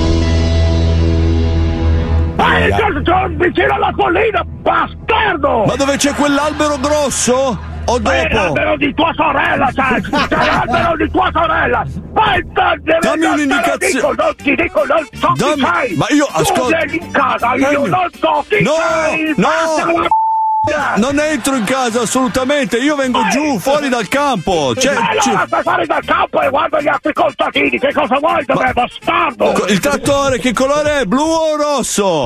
Sono vicino alla collina, bastardo! Ma dove c'è quell'albero grosso? O dopo? L'albero di tua sorella, sai! C'è l'albero di tua sorella! Dammi un'indicazione! Non ti dico, non so chi sei! Ma io, ascolta! Tu vieni in casa, io non so chi sei! Non entro in casa assolutamente, io vengo giù, fuori dal campo. Allora stai fuori dal campo e guarda gli altri contadini, che cosa vuoi da me, bastardo? Il trattore, che colore è? Blu o rosso?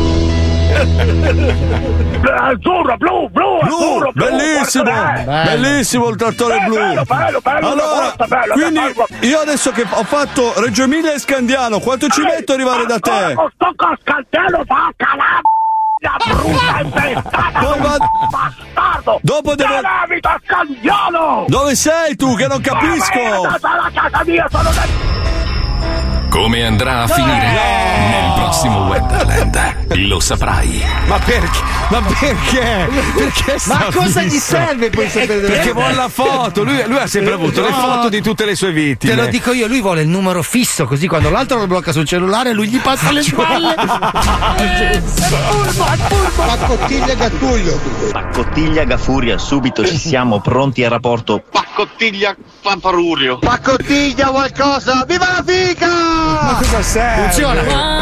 Azzurro, blu, azzurro, bellissimo, bellissimo il trattore blu. Bello, allora, bello, quindi io adesso che ho fatto Reggio Emilia e Scandiano, quanto ci metto ad arrivare da te? Sto con Scandiano va a calare. La brutta infestata, bastardo! Dopo devo. Da Scandiano! Dove sei tu? Che non capisco! Dalla casa mia, sono Come andrà a finire nel prossimo Wonderland? Lo saprai. Ma perché? Perché Ma cosa gli serve poi sapere? Perché vuole la foto. Lui ha sempre avuto le foto di tutte le sue vittime. Te lo dico io, lui vuole il numero fisso, così quando l'altro lo blocca sul cellulare lui gli passa le spalle. Paccottiglia Gattuglio. Paccottiglia Gafuria, subito ci siamo pronti al rapporto. Paccottiglia Paparurio. Paccottiglia qualcosa, viva la figa! Ma cosa serve? Funziona.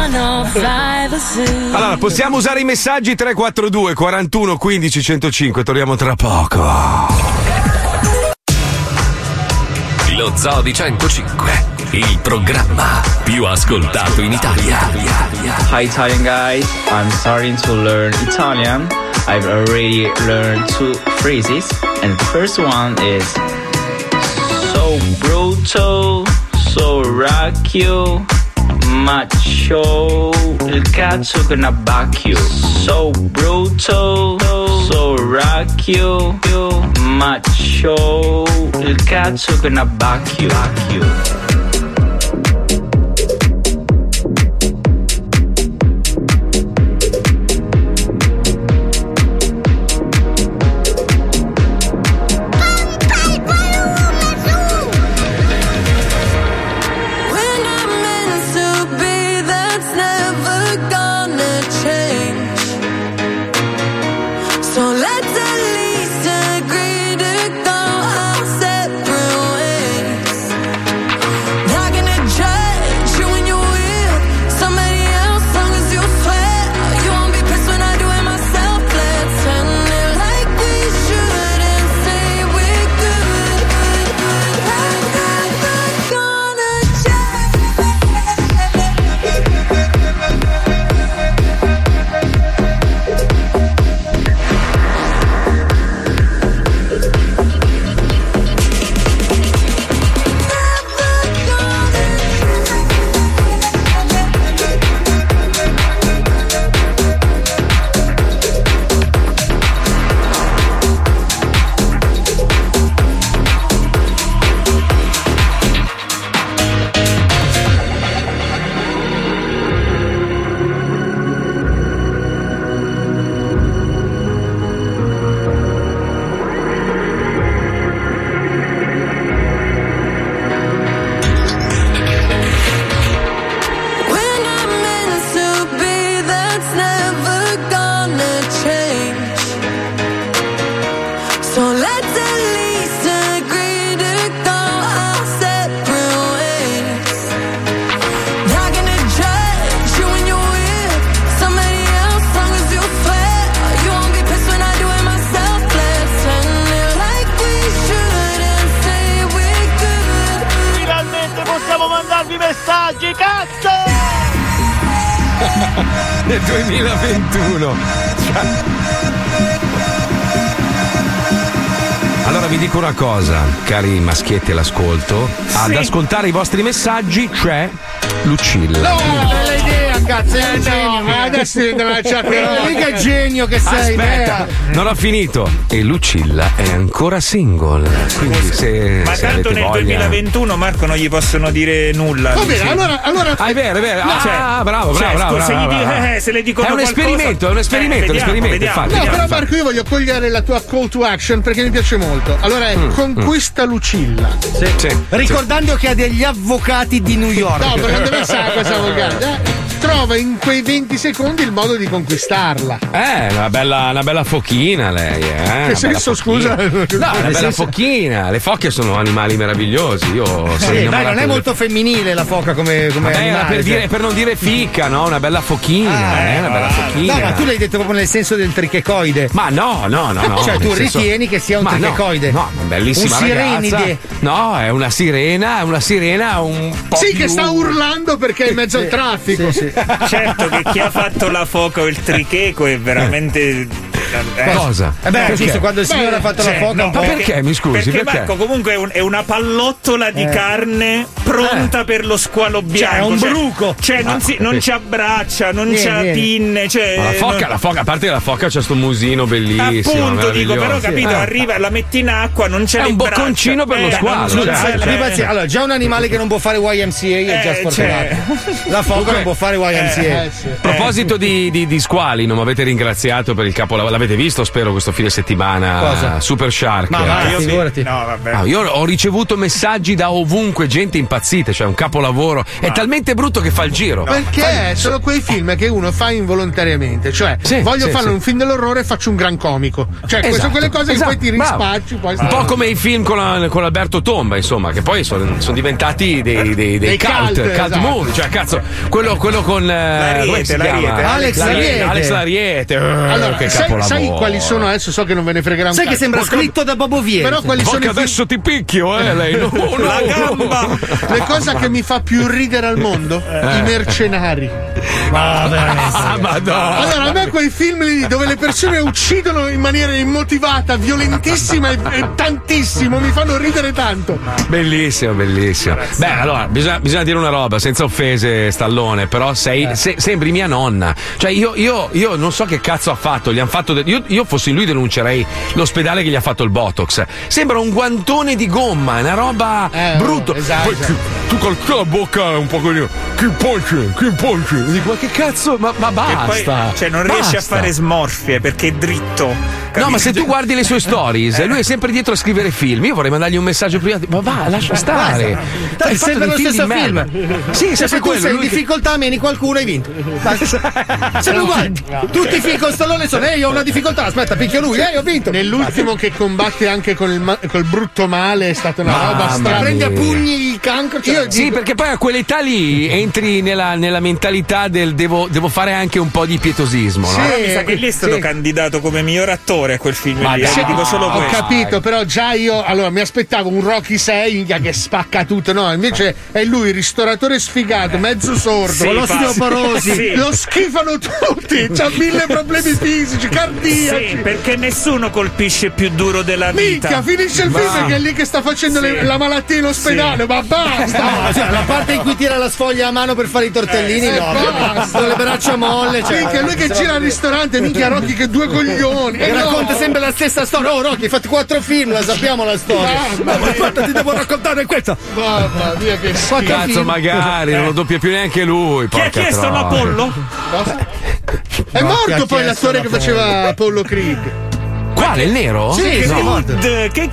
Allora, possiamo usare i messaggi 342 41 15 105. Torniamo tra poco. Lo Zoo di 105, il programma più ascoltato in Italia. Hi Italian guys, I'm starting to learn Italian. I've already learned 2 phrases, and the first one is so brutal, so racchio, macho, il cazzo che ne abbacchio. So brutal, so racchio, macho, il cazzo che ne abbacchio. Nel 2021. Allora vi dico una cosa, cari maschietti all'ascolto, ad ascoltare i vostri messaggi c'è Lucilla. No, bella idea, cazzo, è un genio. Ma adesso deve lasciare. Mica genio che sei, aspetta, non ho finito. E Lucilla è ancora single. Quindi se ma se tanto avete nel voglia... 2021 Marco non gli possono dire nulla. Va bene, allora. Ah, è vero. Bravo. Se le dicono è un qualcosa... esperimento, vediamo. Infatti. No, però Marco, io voglio cogliere la tua call to action perché mi piace molto. Allora conquista Lucilla. Sì. Ricordando che ha degli avvocati di New York. No, perché dove sa cosa avvocati? trova in quei 20 secondi il modo di conquistarla. Una bella fochina lei, Che senso, scusa? No, una bella fochina. Le foche sono animali meravigliosi. Io sono innamorato non è molto femminile la foca come animale. Per non dire fica, no? Una bella fochina, una bella fochina. No, ma tu l'hai detto proprio nel senso del trichecoide. Ma no. Cioè, tu ritieni che sia un trichecoide? No, una bellissima ragazza. No, è una sirena un po'. Sì, che sta urlando perché è in mezzo al traffico. Sì. Certo che chi ha fatto la foca o il tricheco è veramente. Cosa? Giusto, quando il signore ha fatto la foca. Ma perché? Mi scusi? Perché Marco comunque è una pallottola di carne pronta per lo squalo bianco. Cioè, è un bruco. Cioè, non ci abbraccia, non c'ha pinne. Cioè, la foca, a parte che la foca c'ha sto musino bellissimo. Appunto, dico, però capito, arriva, la metti in acqua, non c'è è un bocconcino per lo squalo. Allora, già un animale che non può fare YMCA è già sfortunato. La foca non può fare YMCA. A proposito di squali, non mi avete ringraziato per il capolavoro. L'avete visto, spero, questo fine settimana? Cosa? Super Shark. Ma figurati. No, vabbè. Io ho ricevuto messaggi da ovunque, gente impazzita, cioè un capolavoro. È talmente brutto che fa il giro. Perché sono quei film che uno fa involontariamente. Cioè, voglio fare un film dell'orrore e faccio un gran comico. Cioè, sono quelle cose che poi ti rispacci. Un po' come i film con Alberto Tomba, insomma, che poi sono diventati dei cult movie. Cioè, cazzo, quello con Alex L'Ariete. Allora, sai quali sono? Adesso so che non ve ne fregherà un cazzo. Sai che sembra scritto da Bobo Vieri. Però quali sono adesso ti picchio, lei. La gamba. Le cose che mi fa più ridere al mondo? I mercenari. Madonna. Allora, a me quei film lì dove le persone uccidono in maniera immotivata, violentissima e tantissimo, mi fanno ridere tanto. Bellissimo. Beh, allora, bisogna dire una roba, senza offese, Stallone, però sembri mia nonna. Cioè, io non so che cazzo ha fatto. Gli hanno fatto. Io fossi lui denuncerei l'ospedale che gli ha fatto il Botox. Sembra un guantone di gomma, è una roba brutta. Esatto. Tu con la bocca un po' così. Che polce. Dico, ma che cazzo? Ma basta. Poi, non riesce a fare smorfie perché è dritto. Capito? No, ma se tu guardi le sue stories, lui è sempre dietro a scrivere film. Io vorrei mandargli un messaggio privato. Ma va, lascia stare. È sempre lo stesso film. Sì, se tu sei in difficoltà, meni qualcuno, hai vinto. Sempre uguale. Tutti i film con Stallone sono io ho una difficoltà, aspetta, picchio lui, ho vinto. Nell'ultimo che combatte anche col brutto male è stata una roba strana. Prende a pugni il cancro. Sì, perché poi a quell'età lì entri nella mentalità del devo fare anche un po' di pietosismo, no? Mi sa che lì è stato candidato come miglior attore a quel film lì. Dico solo ho capito, però già io mi aspettavo un Rocky 6 che spacca tutto, no? Invece è lui, il ristoratore sfigato, mezzo sordo, con l'osteoporosi. Lo schifano tutti, c'ha 1000 problemi fisici, cardiaci. Sì, perché nessuno colpisce più duro della vita. Minchia, finisce il film che è lì che sta facendo la malattia in ospedale, ma basta! La parte in cui tira la sfoglia a mano per fare i tortellini, con le braccia molle. Minchia, lui che gira al ristorante, minchia Rocky che due coglioni. E racconta sempre la stessa storia. Oh Rocky, hai fatto 4 film, la sappiamo la storia. Ma aspetta, ti devo raccontare questa. Mamma mia, che cazzo, magari non lo doppia più neanche lui. Chi ha chiesto l'Apollo? È morto poi l'attore che faceva Apollo Creed. Quale? Il nero? Sì, Che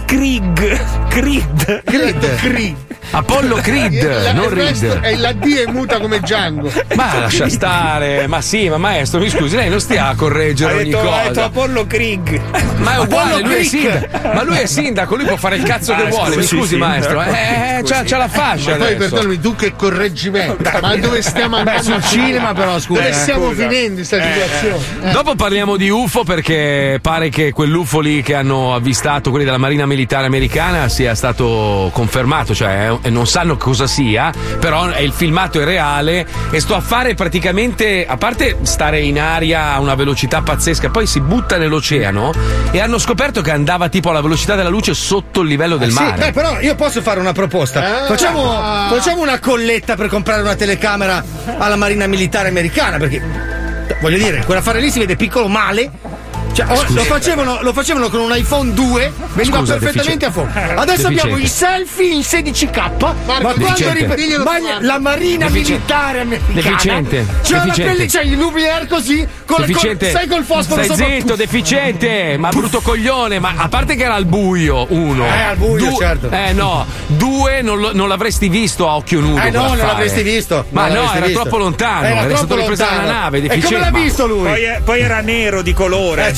Creed. Apollo Creed, non Reed. E la D è muta come Django. Ma lascia stare, ma sì, ma maestro, mi scusi, lei non stia a correggere ogni cosa. Ha detto Apollo Creed. Ma è uguale, lui è sindaco. Ma lui è sindaco, lui può fare il cazzo che vuole. Mi scusi, maestro. C'ha la fascia. Ma poi perdonami, tu che correggimento. Ma dove stiamo andando? Sul cinema, però, scusa. Dove stiamo finendo in questa situazione? Dopo parliamo di UFO perché pare che quell'UFO lì che hanno avvistato quelli della Marina Militare Americana sia stato confermato, cioè non sanno cosa sia, però il filmato è reale e sto a fare praticamente, a parte stare in aria a una velocità pazzesca, poi si butta nell'oceano e hanno scoperto che andava tipo alla velocità della luce sotto il livello del mare. Beh, però io posso fare una proposta. Facciamo una colletta per comprare una telecamera alla Marina Militare Americana, perché voglio dire, quell'affare lì si vede piccolo male. Cioè, lo facevano con un iPhone 2, veniva Scusa, perfettamente a fuoco. Adesso abbiamo i selfie in 16K, ma quando la marina militare americana c'è la pelle, c'è il Lumière così, sai col fosforo stai sopra. zitto, deficiente, ma brutto coglione, ma a parte che era al buio, uno. Al buio, certo. No, due non l'avresti visto a occhio nudo. No, non l'avresti visto. Ma no, era troppo lontano. Era stato ripreso dalla nave, deficiente. E come l'ha visto lui? Poi era nero di colore.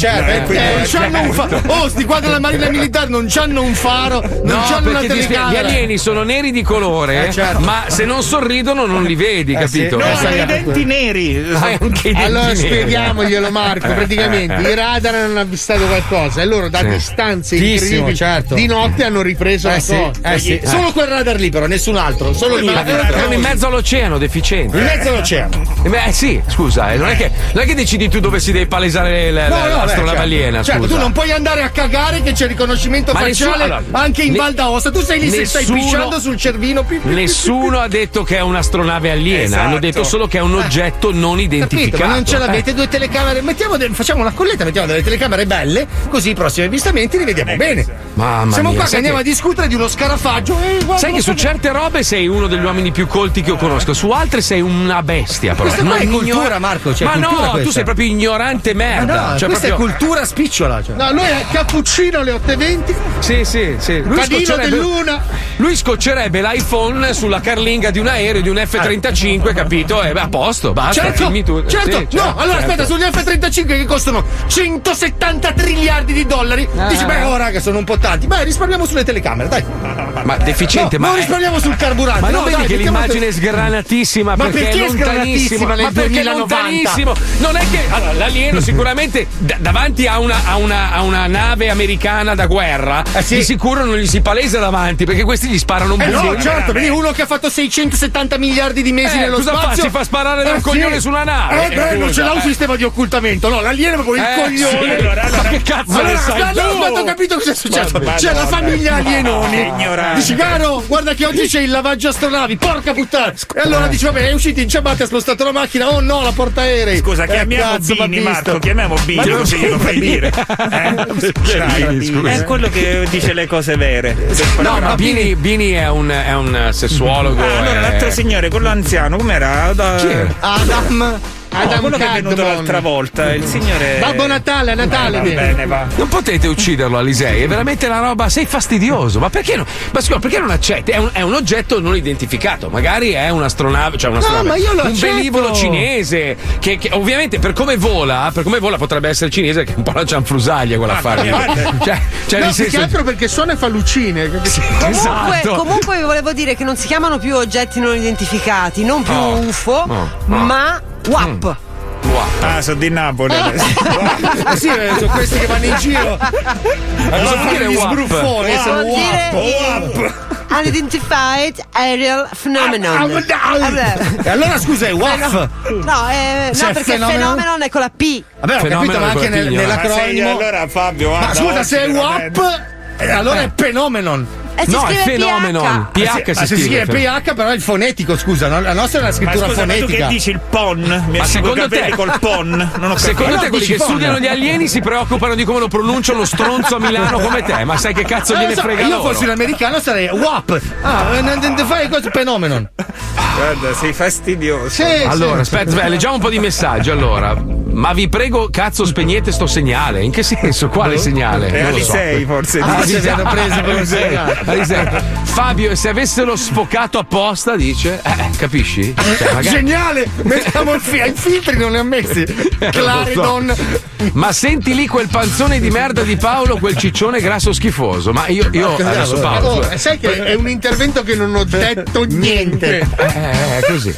Sti qua della marina militare non c'hanno un faro, non c'hanno una telecamera. Gli alieni sono neri di colore, ma se non sorridono non li vedi, capito? No, hanno i denti neri. Anche i denti allora neri. spieghiamoglielo, Marco. Praticamente i radar hanno avvistato qualcosa e loro da distanze incredibili di notte hanno ripreso la cosa. Solo quel radar lì, però, nessun altro. Solo lì. Erano in mezzo all'oceano, deficienti. In mezzo all'oceano. Sì, scusa, non è che decidi tu dove si deve palesare l'astronave aliena. Certo, tu non puoi andare a cagare che c'è riconoscimento facciale anche in Val d'Aosta. Tu sei lì se stai pisciando sul cervino. Nessuno ha detto che è un'astronave aliena, esatto. Hanno detto solo che è un oggetto non identificato. Capito, ma non ce l'avete due telecamere? Facciamo una colletta, mettiamo delle telecamere belle, così i prossimi avvistamenti li vediamo bene. Mamma Siamo mia, qua che andiamo a discutere di uno scarafaggio. Sai che su certe robe sei uno degli uomini più colti che io conosco, su altre sei una bestia. Però. Questa qua è cultura, Marco. Ma no, tu sei proprio ignorante merda. No, questa è cultura spicciola. No, lui è cappuccino alle 8:20. Sì. Padino dell'una. Lui scoccerebbe l'iPhone sulla carlinga di un aereo di un F-35, capito? E a posto, basta, filmi tu. Certo, no, allora aspetta, sugli F-35 che costano 170 triliardi di dollari, dici, raga, sono un po' tanti. Beh, risparmiamo sulle telecamere, dai. Ma deficiente, non risparmiamo sul carburante. Ma non vedi dai, che l'immagine è sgranatissima? Ma perché è sgranatissima nel 2090? Non è che l'alieno sicuramente davanti a una nave americana da guerra, di sicuro non gli si palesa davanti, perché questi gli sparano un po'. No, certo, vedi uno che ha fatto 670 miliardi di mesi nello cosa spazio. Fa? Si fa sparare da un coglione su una nave. Non ce l'ha un sistema di occultamento, no, l'alieno è proprio il coglione. Ma che cazzo ne sai tu? Aspetta, ho capito cosa è successo. C'è la famiglia alienoni. Dici, caro, guarda che oggi c'è il lavaggio astronavi, porca puttana. E allora dici, vabbè, è uscito in ciabatte, ha spostato la macchina. Oh no, la portaerei. Scusa, chiamiamo Bini, Marco, chiamiamo Bini, così glielo fai dire. È quello che dice le cose vere. No, ma Bini è un sessuologo. Allora, l'altro signore, quello anziano, com'era? Chi era? Adam quello che è venuto l'altra volta, il signore. Babbo Natale, Natale. Va bene, va. Non potete ucciderlo, Alisei, è veramente la roba. Sei fastidioso, ma perché no? Ma scusa, perché non accetti? È un oggetto non identificato, magari è un'astronave, cioè un'astronave. No, ma io lo accetto. Un velivolo cinese, che ovviamente per come vola potrebbe essere cinese, che è un po' la cianfrusaglia quell'affare. Cioè, no, nel senso... più che altro perché suona e fa lucine. Comunque vi volevo dire che non si chiamano più oggetti non identificati, non più UFO, ma WAP. Sono di Napoli adesso. Sì, sono questi che vanno in giro. Cosa vuol dire gli sbruffoni, sono WAP. Unidentified Aerial Phenomenon. E allora scusa, è WAF? No, perché phenomenon è con la P. Vabbè, ho capito, ma anche nell'acronimo. Allora Fabio, ma scusa, se è WAP, allora è phenomenon. No, è fenomeno. PH si scrive PH, però è il fonetico, scusa. La nostra è la scrittura fonetica. Ma tu che dici il PON? Ma secondo te col PON? Non ho secondo te quelli che studiano gli alieni si preoccupano di come lo pronuncia uno stronzo a Milano come te? Ma sai che cazzo gliene frega loro? Io fossi un americano sarei WAP. Fai cosa phenomenon. Guarda, sei fastidioso. Allora, aspetta, leggiamo un po' di messaggi. Allora, ma vi prego, cazzo, spegnete sto segnale. In che senso? Quale segnale? Alisei, forse. Si hanno preso per un segnale. Fabio, e se avessero sfocato apposta, dice, capisci? Cioè, geniale! Mettiamo i filtri, non li ha messi. Claridon. Ma senti lì quel panzone di merda di Paolo, quel ciccione grasso schifoso. Ma io adesso Paolo. Sai che è un intervento che non ho detto niente. È così.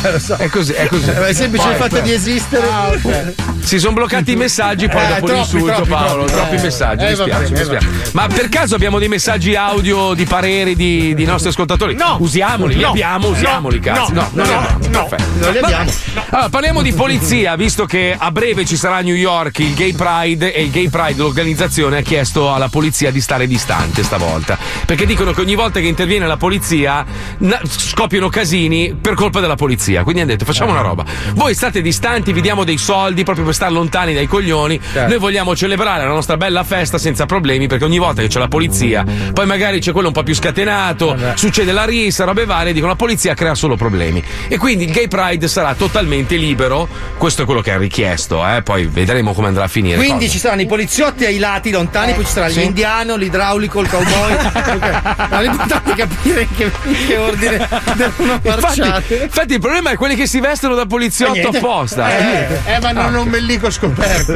È semplice il fatto di esistere. Si sono bloccati i messaggi, poi dopo l'insulto, Paolo. Troppi messaggi. Mi spiace. Ma per caso abbiamo dei messaggi audio di pareri di nostri ascoltatori? No! Usiamoli, li abbiamo, usiamoli, cazzo. No, perfetto. Non li abbiamo. Allora, parliamo di polizia, visto che a breve ci sarà a New York il Gay Pride e il Gay Pride, l'organizzazione, ha chiesto alla polizia di stare distante stavolta. Perché dicono che ogni volta che interviene la polizia scoppiano casini per colpa della polizia. Quindi hanno detto, facciamo una roba. Voi state distanti, vi diamo dei soldi, soldi proprio per stare lontani dai coglioni. Noi vogliamo celebrare la nostra bella festa senza problemi, perché ogni volta che c'è la polizia, poi magari c'è quello un po' più scatenato, succede la rissa, robe varie, dicono la polizia crea solo problemi. E quindi il Gay Pride sarà totalmente libero, questo è quello che ha richiesto, poi vedremo come andrà a finire. Quindi ci saranno i poliziotti ai lati lontani, poi ci sarà l'indiano, l'idraulico, il cowboy. Ma l'importante è capire che ordine devono marciare. Infatti il problema è quelli che si vestono da poliziotto apposta. Ma non ho un bellico scoperto.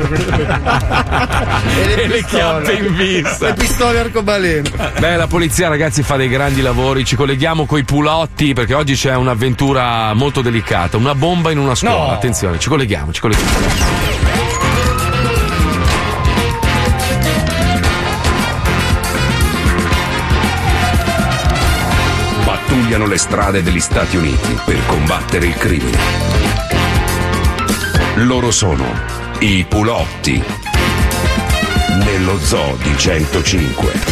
E le chiappe in vista. Le pistole arcobaleno. Beh, la polizia, ragazzi, fa dei grandi lavori. Ci colleghiamo coi pulotti perché oggi c'è un'avventura molto delicata. Una bomba in una scuola. No. Attenzione, ci colleghiamo. Pattugliano le strade degli Stati Uniti per combattere il crimine. Loro sono i pulotti nello zoo di 105.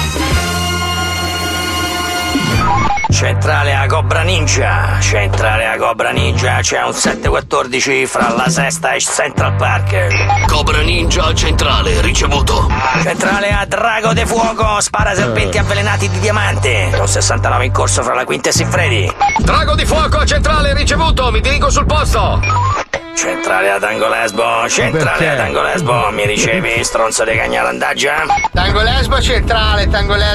Centrale a Cobra Ninja, c'è un 714 fra la Sesta e Central Park. Cobra Ninja centrale, ricevuto. Centrale a Drago de Fuoco, spara serpenti avvelenati di diamante. C'è un 69 in corso fra la Quinta e Siffredi. Drago di fuoco a centrale, ricevuto, mi dirigo sul posto. Centrale a Tango Lesbo, mi ricevi, stronzo di Cagnalandaggia? Tango Lesbo centrale.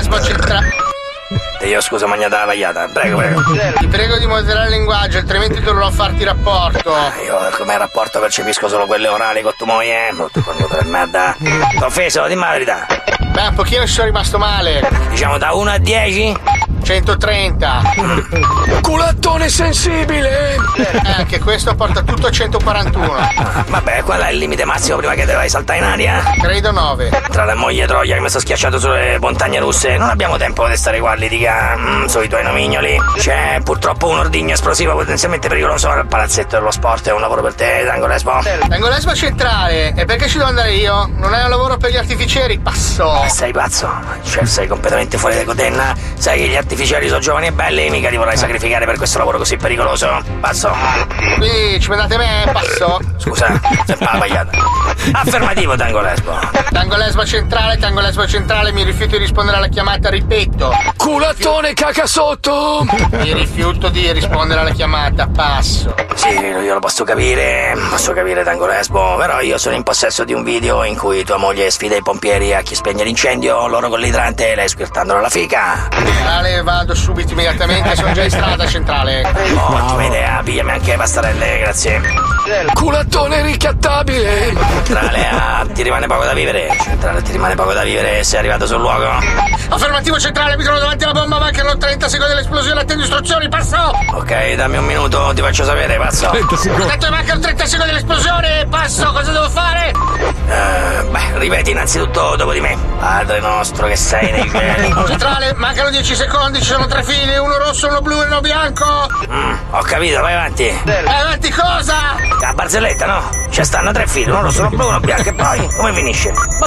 Io scusa, magnata la vagliata, prego. Ti prego di moderare il linguaggio, altrimenti dovrò farti rapporto. Io come rapporto percepisco solo quelle orali con tu moglie, molto cornuto per merda. T'ho offeso, dimmi la verità. Beh, un pochino ci sono rimasto male. Diciamo da 1 a 10? 130. Culattone sensibile. Anche questo porta tutto a 141. Vabbè, qual è il limite massimo prima che te vai saltare in aria? Credo 9. Tra la moglie Troia che mi sto schiacciato sulle montagne russe, non abbiamo tempo di stare qua a litigare sui tuoi nomignoli. C'è purtroppo un ordigno esplosivo potenzialmente pericoloso al palazzetto dello sport. È un lavoro per te, Tango Lesbo. Tango Lesbo centrale. E perché ci devo andare io? Non è un lavoro per gli artificieri, passo. Sei pazzo? Cioè, sei completamente fuori da codenna? Sai che gli artificieri sono giovani e belli, mica li vorrai sacrificare per questo lavoro così pericoloso? Passo. Quindi ci mandate me, passo? Scusa, sempre la vagliata. Affermativo, Tango Lesbo. Tango Lesbo centrale, mi rifiuto di rispondere alla chiamata, ripeto. Culattone caca sotto. Mi rifiuto di rispondere alla chiamata, passo. Sì, io lo posso capire, Tango Lesbo, però io sono in possesso di un video in cui tua moglie sfida i pompieri a chi spegne l'incendio, loro con l'idrante e lei squirtandolo alla fica. Centrale, vado subito, immediatamente, sono già in strada, centrale. Ottima idea, pigliami anche le pastarelle, grazie. Culattone ricattabile. Centrale, ti rimane poco da vivere. Centrale, ti rimane poco da vivere, sei arrivato sul luogo. Affermativo centrale, mi trovo davanti alla bomba, mancano 30 secondi all'esplosione, attendo istruzioni, passo! Ok, dammi un minuto, ti faccio sapere, passo. 30 secondi. Ho detto che mancano 30 secondi all'esplosione, passo, cosa devo fare? Ripeti innanzitutto dopo di me. Padre nostro che sei nei cieli. Centrale, mancano 10 secondi, ci sono 3 fili, uno rosso, uno blu e uno bianco. Ho capito, vai avanti. Avanti cosa? La barzelletta, no? Ci stanno 3 fili, uno rosso, uno blu, uno bianco e poi come finisce? Ma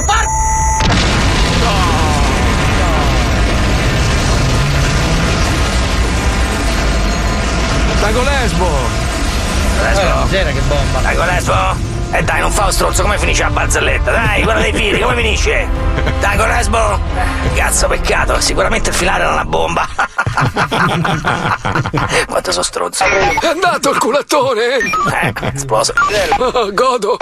Tango Lesbo. Miseria, che bomba. Tango Lesbo? Dai, non fa lo stronzo, come finisce la barzelletta? Dai, guarda dei fili, come finisce? Tango Lesbo? Cazzo, peccato, sicuramente il filare era una bomba. Quanto sono stronzo. È andato il culattone. Esploso. Oh, godo.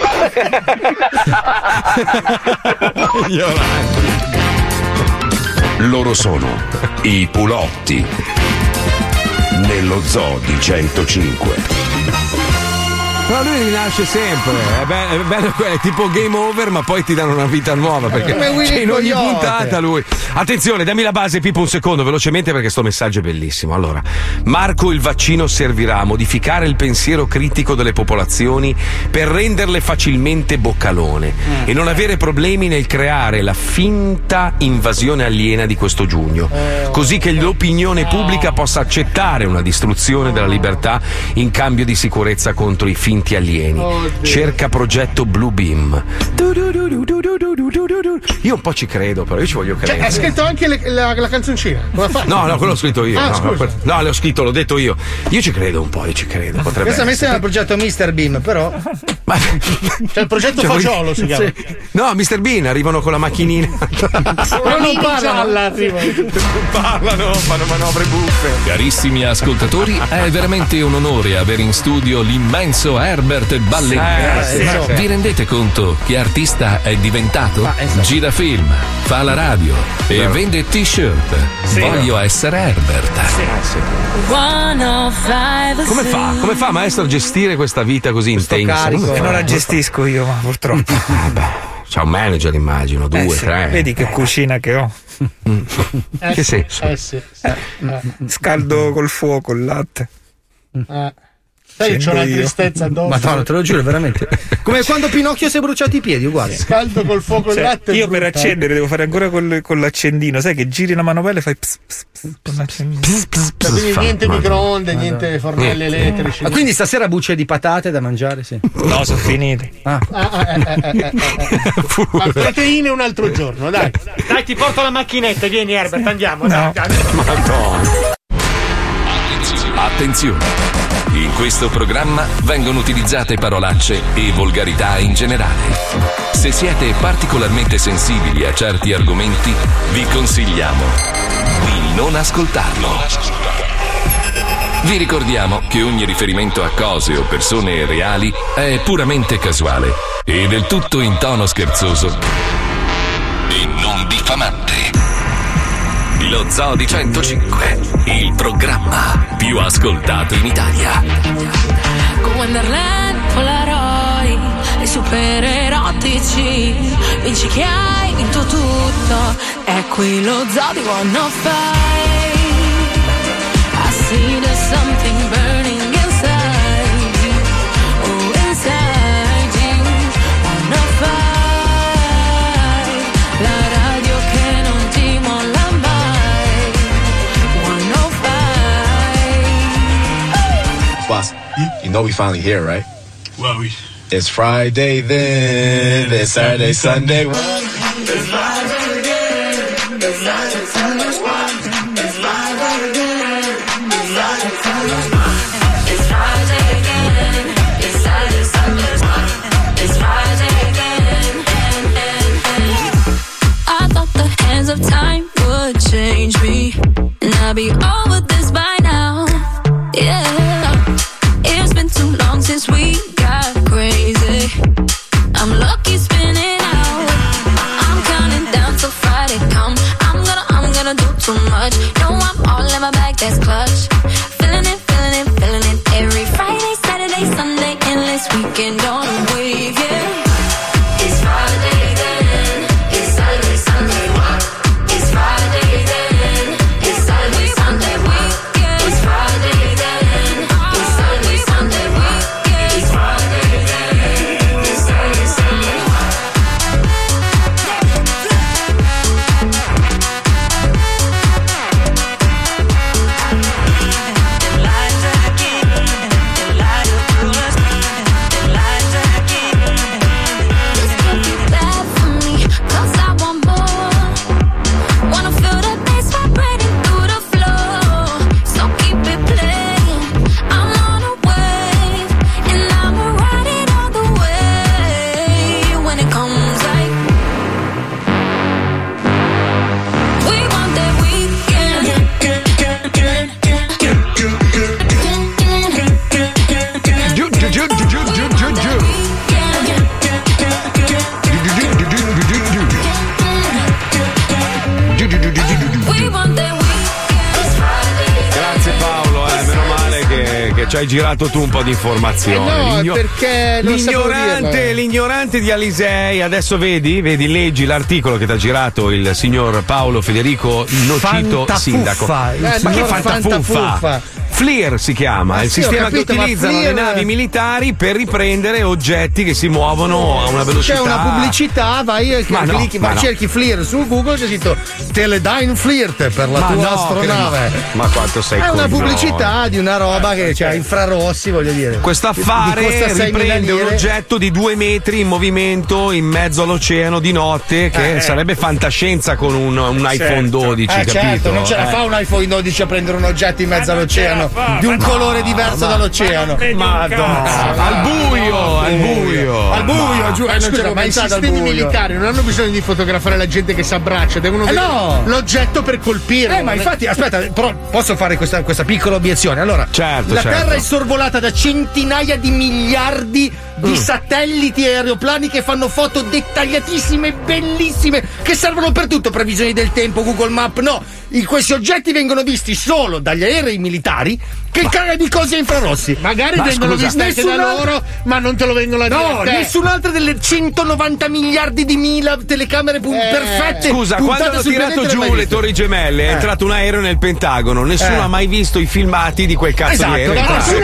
Loro sono i pulotti nello zoo di 105. Però lui rinasce sempre, è bello, è tipo game over, ma poi ti danno una vita nuova perché c'è in ogni puntata lui. Attenzione, dammi la base Pippo un secondo velocemente perché sto messaggio è bellissimo. Allora, Marco, il vaccino servirà a modificare il pensiero critico delle popolazioni per renderle facilmente boccalone e non avere problemi nel creare la finta invasione aliena di questo giugno, così che l'opinione pubblica possa accettare una distruzione della libertà in cambio di sicurezza contro i finti enti alieni. Cerca progetto Blue Beam. Io un po' ci credo, però io ci voglio credere. Cioè, hai scritto anche la canzoncina? Come fai? No, quello l'ho scritto io. Scusa. No, l'ho scritto, l'ho detto io. Io ci credo un po', potrebbe Questa messa essere. è il progetto Mr. Beam, però. Cioè il progetto Fagiolo si chiama. Sì. No, Mr. Bean arrivano con la macchinina. Però non parlano. Parlano, fanno manovre buffe. Carissimi ascoltatori, è veramente un onore avere in studio l'immenso Herbert Ballerini. Vi rendete conto che artista è diventato? Gira film, fa la radio e vende t-shirt. Voglio essere Herbert. Come fa maestro a gestire questa vita così intensa? Non la gestisco io, ma purtroppo. C'ha un manager, immagino, 2, 3. Vedi che cucina che ho. Che senso? Scaldo col fuoco il latte. Sai, c'ho una tristezza addosso. Madonna, te lo giuro, veramente. Come quando Pinocchio si è bruciato i piedi, uguale. Scaldo col fuoco il latte. Io per accendere devo fare ancora con l'accendino. Sai che giri la manovella e fai pss, pss, pss, con l'accendino. Quindi niente microonde, niente fornelli elettrici. Ma quindi stasera bucce di patate da mangiare, sì. No, sono finiti. Ma proteine un altro giorno, dai. Dai, ti porto la macchinetta, vieni Herbert, andiamo. No. Dai. Attenzione! In questo programma vengono utilizzate parolacce e volgarità in generale. Se siete particolarmente sensibili a certi argomenti, vi consigliamo di non ascoltarlo. Vi ricordiamo che ogni riferimento a cose o persone reali è puramente casuale e del tutto in tono scherzoso e non diffamante. Lo Zoo di 105, il programma più ascoltato in Italia. Con Wonderland, Polaroid e super erotici, vinci che hai vinto tutto, è qui lo Zoo di 105. I see there's something burning inside you, oh inside you, 105, la radio che non ti molla mai, 105. Boss, you know we finally here, right? Well, it's Friday then, it's Saturday, Sunday. It's live again, it's live, it's live, it's live again, it's live, it's live, it's Friday again, it's Saturday, Sunday, it's Friday again, I thought the hands of time would change me, and I'll be over this by now, yeah. It's been too long since we got crazy. I'm lucky spinning out. I'm counting down till Friday come. I'm gonna do too much. No, I'm all in my bag, that's clutch. Feeling it, feeling it, feeling it. Every Friday, Saturday, Sunday, endless weekend on a wave, yeah. It's Friday then. It's Saturday, Sunday, what? It's Friday then. It's Saturday, Sunday, what? It's Friday then. It's Saturday, Sunday, what? It's Friday then. It's Saturday, Sunday, what? This could be bad for me, 'cause I want more. Wanna feel the bass vibrating through the floor. So keep it playing. I'm on a wave, and I'ma ride it all the way. When it comes like we want that weekend. We want that Grazie Paolo, meno male che ci hai girato tu un po' di informazioni. No, perché non sapevo dirla. L'ignorante di Alisei, adesso vedi, leggi l'articolo che ti ha girato il signor Paolo Federico Nocito Fantafuffa, Sindaco. il Ma che signor fantafuffa? Fantafuffa. FLIR si chiama, il sistema che utilizzano le navi militari per riprendere oggetti che si muovono a una velocità. C'è una pubblicità, cerchi FLIR su Google, c'è scritto Teledyne FLIRT per la tua astronave. Ma quanto sei È una coglione. pubblicità di una roba che c'ha infrarossi, voglio dire. Questo affare riprende un oggetto di 2 metri in movimento in mezzo all'oceano di notte, che sarebbe fantascienza con un iPhone 12, capito? Certo, non ce la fa un iPhone 12 a prendere un oggetto in mezzo all'oceano di un colore diverso dall'oceano. Madonna, al buio, giù. Scusa, ma i sistemi militari non hanno bisogno di fotografare la gente che si abbraccia, devono vedere l'oggetto per colpirlo. Ma infatti, aspetta, però posso fare questa piccola obiezione? Allora, la Terra è sorvolata da centinaia di miliardi di satelliti e aeroplani che fanno foto dettagliatissime, bellissime, che servono per tutto, previsioni del tempo, Google Map. No, questi oggetti vengono visti solo dagli aerei militari che cagano di cose infrarossi. Magari vengono visti anche da loro, ma non te lo vengono a dire. No, nessun'altra delle 190 miliardi di telecamere perfette. Scusa, quando hanno tirato giù le torri gemelle è entrato un aereo nel Pentagono, nessuno ha mai visto i filmati di quel cazzo di aereo.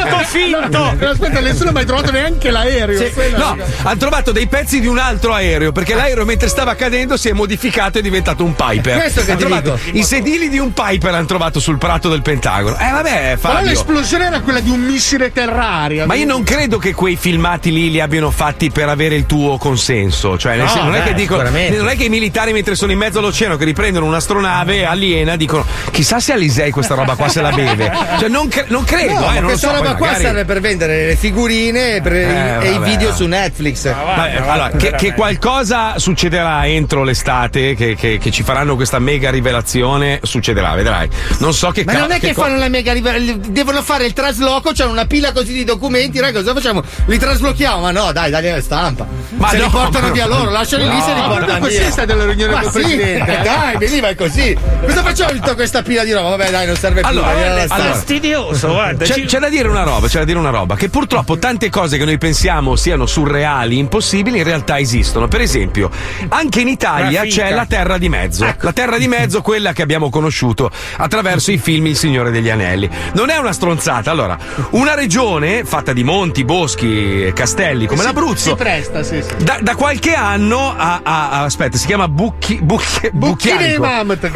Aspetta, nessuno ha mai trovato neanche l'aereo. No, hanno trovato dei pezzi di un altro aereo, perché l'aereo mentre stava cadendo si è modificato e è diventato un Piper. Questo che ti dico. I sedili di un Piper hanno trovato sul prato del Pentagono. Vabbè, Fabio. Però l'esplosione era quella di un missile terraria. Ma io non credo che quei filmati lì li abbiano fatti per avere il tuo consenso. Cioè, non è che i militari mentre sono in mezzo all'oceano che riprendono un'astronave aliena dicono chissà se Alisei questa roba qua se la beve. Cioè, non credo. Non questa roba qua serve per vendere le figurine e i video su Netflix. Allora, che qualcosa succederà entro l'estate, che ci faranno questa mega rivelazione, succederà, vedrai. Non so che Ma non è che fanno la mega rivelazione, devono fare il trasloco, c'è una pila così di documenti, raga, cosa facciamo? Li traslochiamo? Ma no, dai alla stampa. Ma se li portano via loro, lasciali lì, se li portano così via. è stata la riunione del presidente. Dai, veniva così. Cosa facciamo di tutta questa pila di roba? Vabbè, dai, non serve più. È fastidioso, guarda. C'è da dire una roba, che purtroppo tante cose che noi pensiamo siano surreali, impossibili, in realtà esistono. Per esempio, anche in Italia c'è la Terra di Mezzo. La Terra di Mezzo, quella che abbiamo conosciuto attraverso i film Il Signore degli Anelli. Non è una stronzata. Allora, una regione fatta di monti, boschi e castelli come l'Abruzzo. Si presta, sì. Da qualche anno aspetta, si chiama Bucchianico.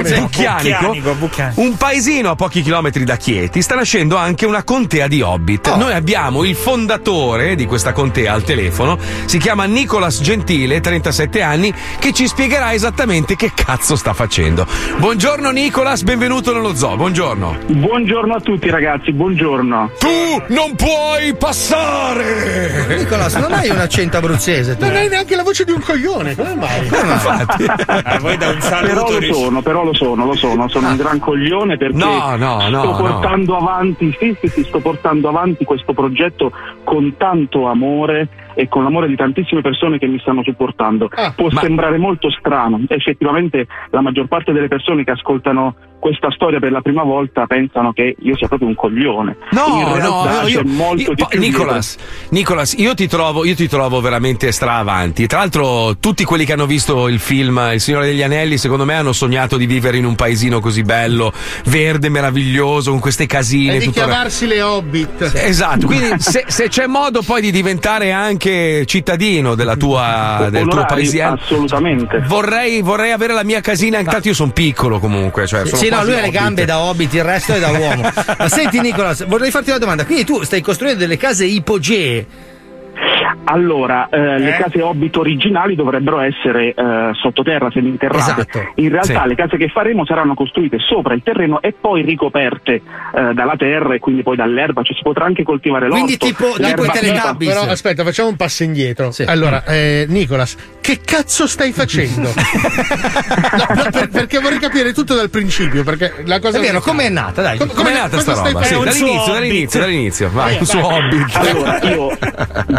Un paesino a pochi chilometri da Chieti, sta nascendo anche una contea di Hobbit. Noi abbiamo il fondatore di questa contea al telefono, si chiama Nicolas Gentile, 37 anni, che ci spiegherà esattamente che cazzo sta facendo. Buongiorno Nicolas, benvenuto nello zoo, buongiorno. Buongiorno a tutti ragazzi, buongiorno. Tu non puoi passare! Nicolas, non hai un accento abruzzese tu? Non hai neanche la voce di un coglione, come mai? Infatti. Voi da un saluto. Però lo sono un gran coglione perché sto portando avanti, sto portando avanti questo progetto con tanto amore e con l'amore di tantissime persone che mi stanno supportando. Può sembrare molto strano, effettivamente la maggior parte delle persone che ascoltano questa storia per la prima volta pensano che io sia proprio un coglione. C'è molto di più. Nicolas, io ti trovo veramente avanti. Tra l'altro, tutti quelli che hanno visto il film Il Signore degli Anelli, secondo me, hanno sognato di vivere in un paesino così bello, verde, meraviglioso, con queste casine. E di chiamarsi le Hobbit. Esatto, quindi se c'è modo poi di diventare anche cittadino del tuo paesino, assolutamente. Vorrei avere la mia casina, intanto io sono piccolo comunque, cioè lui ha le gambe da Hobbit, il resto è da uomo. Ma senti Nicolas, vorrei farti una domanda, quindi tu stai costruendo delle case ipogee? Allora, le case Hobbit originali dovrebbero essere sottoterra, seminterrate. Esatto. In realtà le case che faremo saranno costruite sopra il terreno e poi ricoperte dalla terra e quindi poi dall'erba, cioè si potrà anche coltivare l'orto. Quindi tipo i Teletubbies. Però aspetta, facciamo un passo indietro. Sì. Allora, Nicolas, che cazzo stai facendo? Perché vorrei capire tutto dal principio, perché la cosa è vero, com'è nata? Dai, com'è nata sta roba? Sì, dall'inizio, vai, il suo Hobbit. Allora, io dopo aver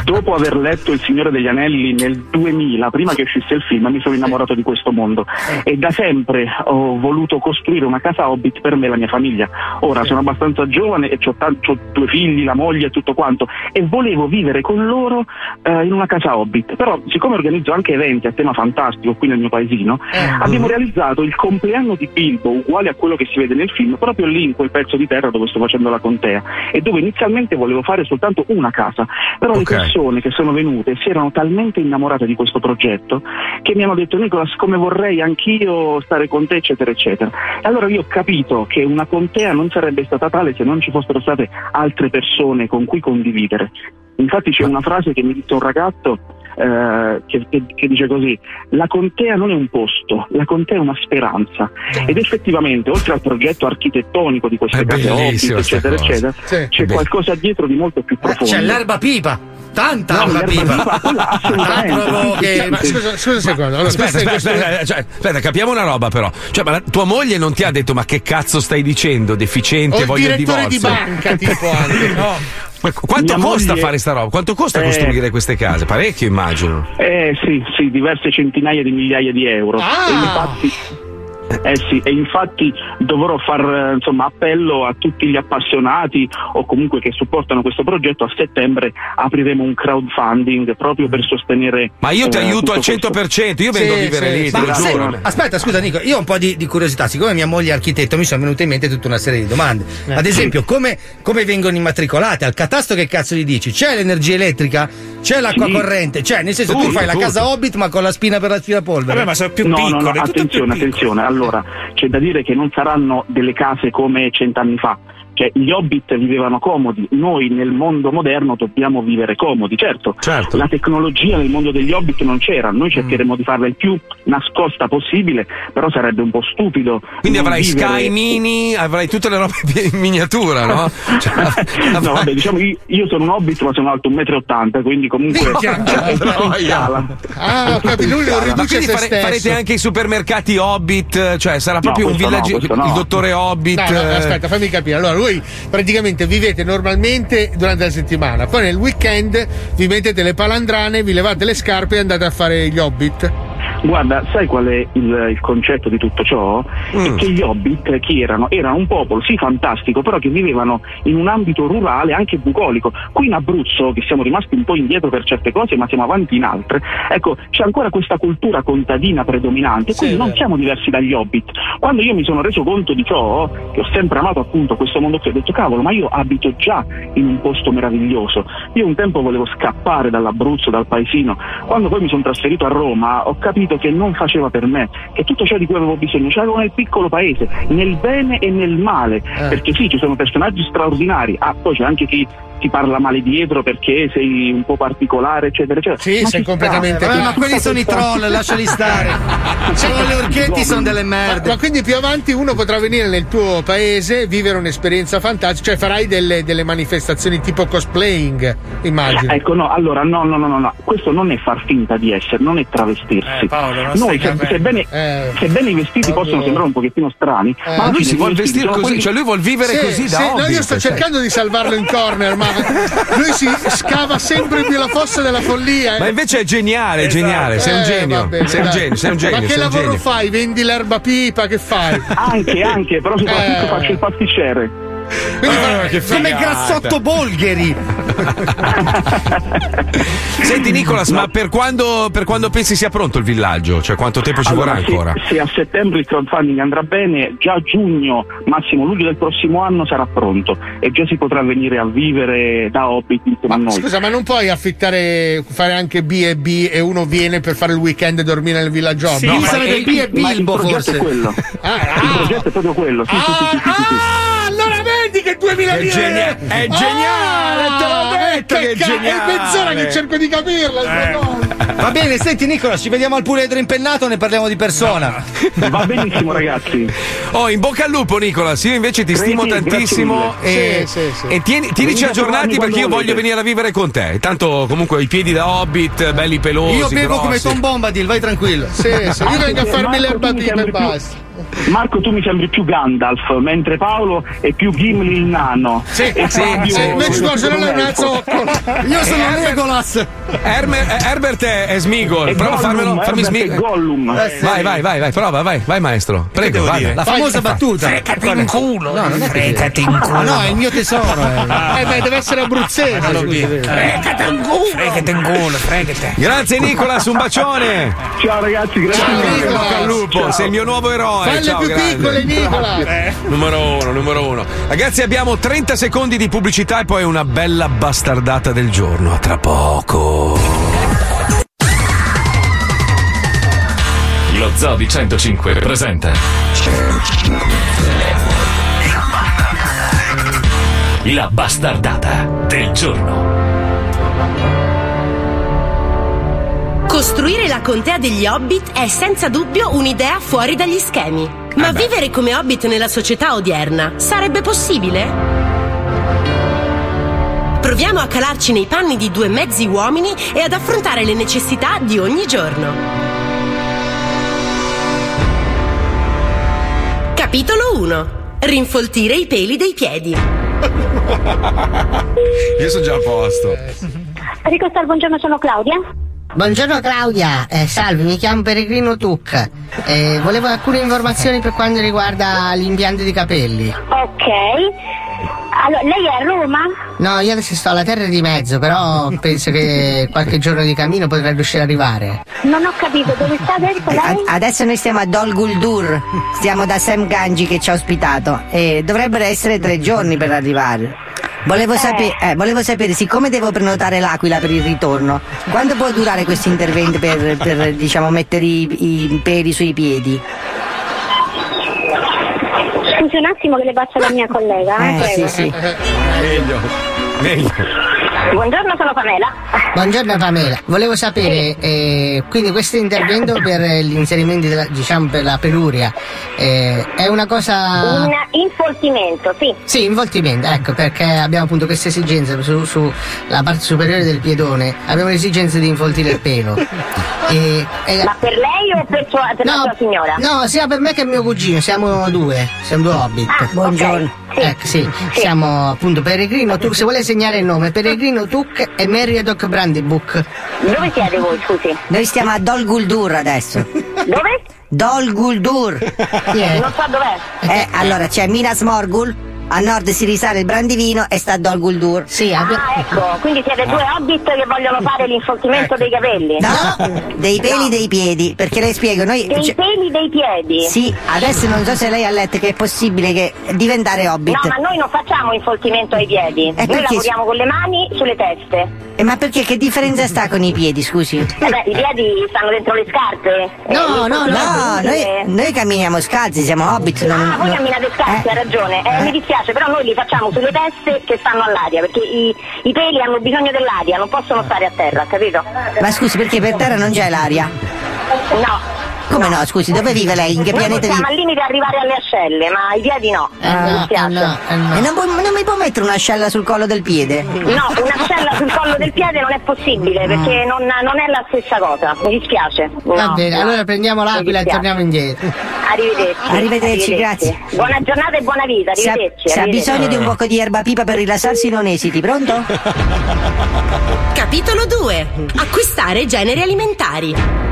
aver letto Il Signore degli Anelli nel 2000, prima che uscisse il film, mi sono innamorato di questo mondo e da sempre ho voluto costruire una casa Hobbit per me e la mia famiglia. Ora sono abbastanza giovane e ho 2 figli, la moglie e tutto quanto, e volevo vivere con loro in una casa Hobbit. Però siccome organizzo anche eventi a tema fantastico qui nel mio paesino, abbiamo realizzato il compleanno di Bilbo uguale a quello che si vede nel film, proprio lì in quel pezzo di terra dove sto facendo la contea, e dove inizialmente volevo fare soltanto una casa, però le persone che sono venute si erano talmente innamorate di questo progetto che mi hanno detto: Nicolas, come vorrei anch'io stare con te, eccetera eccetera. E allora io ho capito che una contea non sarebbe stata tale se non ci fossero state altre persone con cui condividere. Infatti c'è una frase che mi disse un ragazzo che dice così: la contea non è un posto, la contea è una speranza. Ed effettivamente, oltre al progetto architettonico di queste case Hobbit, eccetera eccetera, c'è qualcosa dietro di molto più profondo. C'è l'erba pipa, tanta erba pipa. Scusa un secondo. Allora, aspetta, capiamo una roba però. Cioè, ma tua moglie non ti ha detto: ma che cazzo stai dicendo? Deficiente, voglio il divorzio. Di banca, tipo anche, no? Quanto costa fare sta roba? Quanto costa costruire queste case? Parecchio, immagino. Sì, diverse centinaia di migliaia di euro. E infatti dovrò far appello a tutti gli appassionati o comunque che supportano questo progetto. A settembre apriremo un crowdfunding proprio per sostenere. Ma io ti aiuto al 100%, io vengo a vivere lì, te lo giuro. Aspetta, scusa Nico, io ho un po' di curiosità, siccome mia moglie è architetto mi sono venute in mente tutta una serie di domande. Ad esempio, come vengono immatricolate? Al catasto che cazzo gli dici? C'è l'energia elettrica? C'è l'acqua corrente? Cioè, nel senso, tu fai la casa Hobbit ma con la spina per l'aspirapolvere. Vabbè, ma sono più piccole. No, attenzione. Allora, c'è da dire che non saranno delle case come 100 anni fa. Cioè, gli Hobbit vivevano comodi, noi nel mondo moderno dobbiamo vivere comodi. Certo. La tecnologia nel mondo degli Hobbit non c'era, noi cercheremo di farla il più nascosta possibile, però sarebbe un po' stupido. Quindi avrai Sky Mini, avrai tutte le robe in miniatura, no? No, vabbè, diciamo io sono un Hobbit ma sono alto 1,80 m, quindi comunque lui lo riduce se stesso. Farete anche i supermercati Hobbit, cioè sarà proprio un villaggio, il dottore Hobbit. No, aspetta, fammi capire. Allora, voi praticamente vivete normalmente durante la settimana, poi nel weekend vi mettete le palandrane, vi levate le scarpe e andate a fare gli Hobbit. Guarda, sai qual è il concetto di tutto ciò? È che gli Hobbit chi erano? Erano un popolo, sì, fantastico, però che vivevano in un ambito rurale, anche bucolico. Qui in Abruzzo, che siamo rimasti un po' indietro per certe cose, ma siamo avanti in altre, ecco, c'è ancora questa cultura contadina predominante, quindi non siamo diversi dagli Hobbit. Quando io mi sono reso conto di ciò, che ho sempre amato appunto questo mondo qui, ho detto: cavolo, ma io abito già in un posto meraviglioso. Io un tempo volevo scappare dall'Abruzzo, dal paesino. Quando poi mi sono trasferito a Roma, ho capito che non faceva per me, che tutto ciò di cui avevo bisogno ce l'avevo nel piccolo paese, nel bene e nel male, perché sì, ci sono personaggi straordinari, poi c'è anche chi ti parla male dietro perché sei un po' particolare, eccetera eccetera. Sì, sei completamente ma quelli sono i troll, lasciali stare. Sono le orchetti, sono delle merde. Ma quindi più avanti uno potrà venire nel tuo paese, vivere un'esperienza fantastica, cioè farai delle manifestazioni tipo cosplaying, immagino. Ecco, no, allora no, questo non è far finta di essere, non è travestirsi. Paolo, noi sebbene i vestiti possono sembrare un pochettino strani, ma lui si vuole vestire così, cioè lui vuol vivere così da Hobbit. No, io sto cercando di salvarlo in corner, ma lui si scava sempre più la fossa della follia. Ma invece è geniale, sei un genio. Sei un genio. Ma che lavoro fai? Vendi l'erba pipa? Che fai? Anche, però soprattutto faccio il pasticcere. Come Grassotto Bolgheri. Senti Nicolas, ma per quando pensi sia pronto il villaggio? Cioè quanto tempo ci vorrà ancora? Se a settembre il crowdfunding andrà bene, già a giugno, massimo luglio del prossimo anno sarà pronto e già si potrà venire a vivere da Hobbit insieme a noi. Scusa, ma non puoi fare anche B&B e uno viene per fare il weekend e dormire nel villaggio? Sì, no, sarebbe B&B Bilbo, forse. È quello. Il progetto è proprio quello. Sì. Allora vedi che 2000 è geniale, te l'ho detto che è geniale. È mezz'ora che cerco di capirla. Va bene, senti Nicola, ci vediamo al puledro impennato, ne parliamo di persona. Va benissimo ragazzi. In bocca al lupo Nicolas, io invece ti stimo tantissimo e tienici aggiornati perché io voglio venire a vivere con te. Tanto comunque i piedi da Hobbit, belli pelosi. Io bevo come Tom Bombadil, vai tranquillo. Sì, io vengo a farmi l'erba pipa e basta. Marco, tu mi sembri più Gandalf, mentre Paolo è più Gimli il nano. Sì. Invece no, non è un zoccolo. Io sono Legolas. Herbert è Smigol. Prova a farmi Smigol. Gollum. Vai, prova, vai maestro. Prego, vai. La famosa battuta. Fregati in culo. Fregati in culo. No, è il mio tesoro. Deve essere abruzzese. Fregati in culo. Fregati in culo, fregati. Grazie Nicolas, un bacione. Ciao ragazzi, grazie. Ciao, bocca al lupo, ciao. Sei il mio nuovo eroe. Falle ciao, più grande. piccole, Nicola. Numero uno. Ragazzi, abbiamo 30 secondi di pubblicità e poi una bella bastardata del giorno. A tra poco. Lo Zoo di 105 presenta la bastardata del giorno. Costruire la contea degli Hobbit è senza dubbio un'idea fuori dagli schemi. Ma vivere come Hobbit nella società odierna sarebbe possibile? Proviamo a calarci nei panni di due mezzi uomini e ad affrontare le necessità di ogni giorno. Capitolo 1. Rinfoltire i peli dei piedi. Io sono già a posto. Ricostar, buongiorno, sono Claudia. Buongiorno Claudia, salve, mi chiamo Peregrino Tuc. Volevo alcune informazioni per quanto riguarda l'impianto di capelli. Ok. Allora, lei è a Roma? No, io adesso sto alla terra di mezzo, però penso che qualche giorno di cammino potrei riuscire ad arrivare. Non ho capito, dove sta adesso lei? Adesso noi stiamo a Dol Guldur, stiamo da Sam Ganji che ci ha ospitato e dovrebbero essere 3 giorni per arrivare. Volevo sapere, siccome devo prenotare l'Aquila per il ritorno, quanto può durare questo intervento per diciamo mettere i peli sui piedi? Scusi un attimo che le passo la mia collega. Prego. Sì. Meglio. Buongiorno, sono Pamela. Buongiorno Pamela, volevo sapere, quindi questo intervento per l'inserimento per la peluria è una cosa... Un infoltimento, sì. Sì, involtimento, ecco, perché abbiamo appunto questa esigenza su la parte superiore del piedone, abbiamo l'esigenza di infoltire il pelo. Ma per lei o per la sua signora? No, sia per me che mio cugino, siamo due Hobbit. Buongiorno. Okay. Ecco, sì, siamo appunto Peregrino Tuc, se vuole segnare il nome, Peregrino Tuc e Meriadoc Brandybuck. Dove siete voi, scusi? Noi stiamo a Dol Guldur adesso. Dove? Dol Guldur. Non so dov'è. Allora c'è Minas Morgul, a nord si risale il Brandivino e sta a Dol Guldur. Sì, ecco, quindi siete 2 Hobbit che vogliono fare l'infoltimento dei capelli. No, dei peli dei piedi, perché le spiego, noi... Dei peli dei piedi? Sì, adesso non so se lei ha letto che è possibile che diventare Hobbit. No, ma noi non facciamo infoltimento ai piedi. Noi lavoriamo con le mani sulle teste. Ma perché? Che differenza sta con i piedi, scusi? I piedi stanno dentro le scarpe. No, noi camminiamo scalzi, siamo Hobbit. Voi camminate scalzi, ha ragione. Mi dispiace, però noi li facciamo sulle teste che stanno all'aria, perché i peli hanno bisogno dell'aria, non possono stare a terra, capito? Ma scusi, perché per terra non c'è l'aria? No. Come no? Scusi, dove vive lei? In che pianeta vive? Siamo al limite arrivare alle ascelle, ma i piedi no. Mi dispiace. E non mi può mettere un'ascella sul collo del piede? No, un'ascella sul collo del piede non è possibile, perché non è la stessa cosa. Mi dispiace. Va bene, allora prendiamo l'Aquila e torniamo indietro. Arrivederci, grazie. Buona giornata e buona vita, arrivederci. Se ha bisogno di un poco di erba pipa per rilassarsi, non esiti, pronto? Capitolo 2. Acquistare generi alimentari.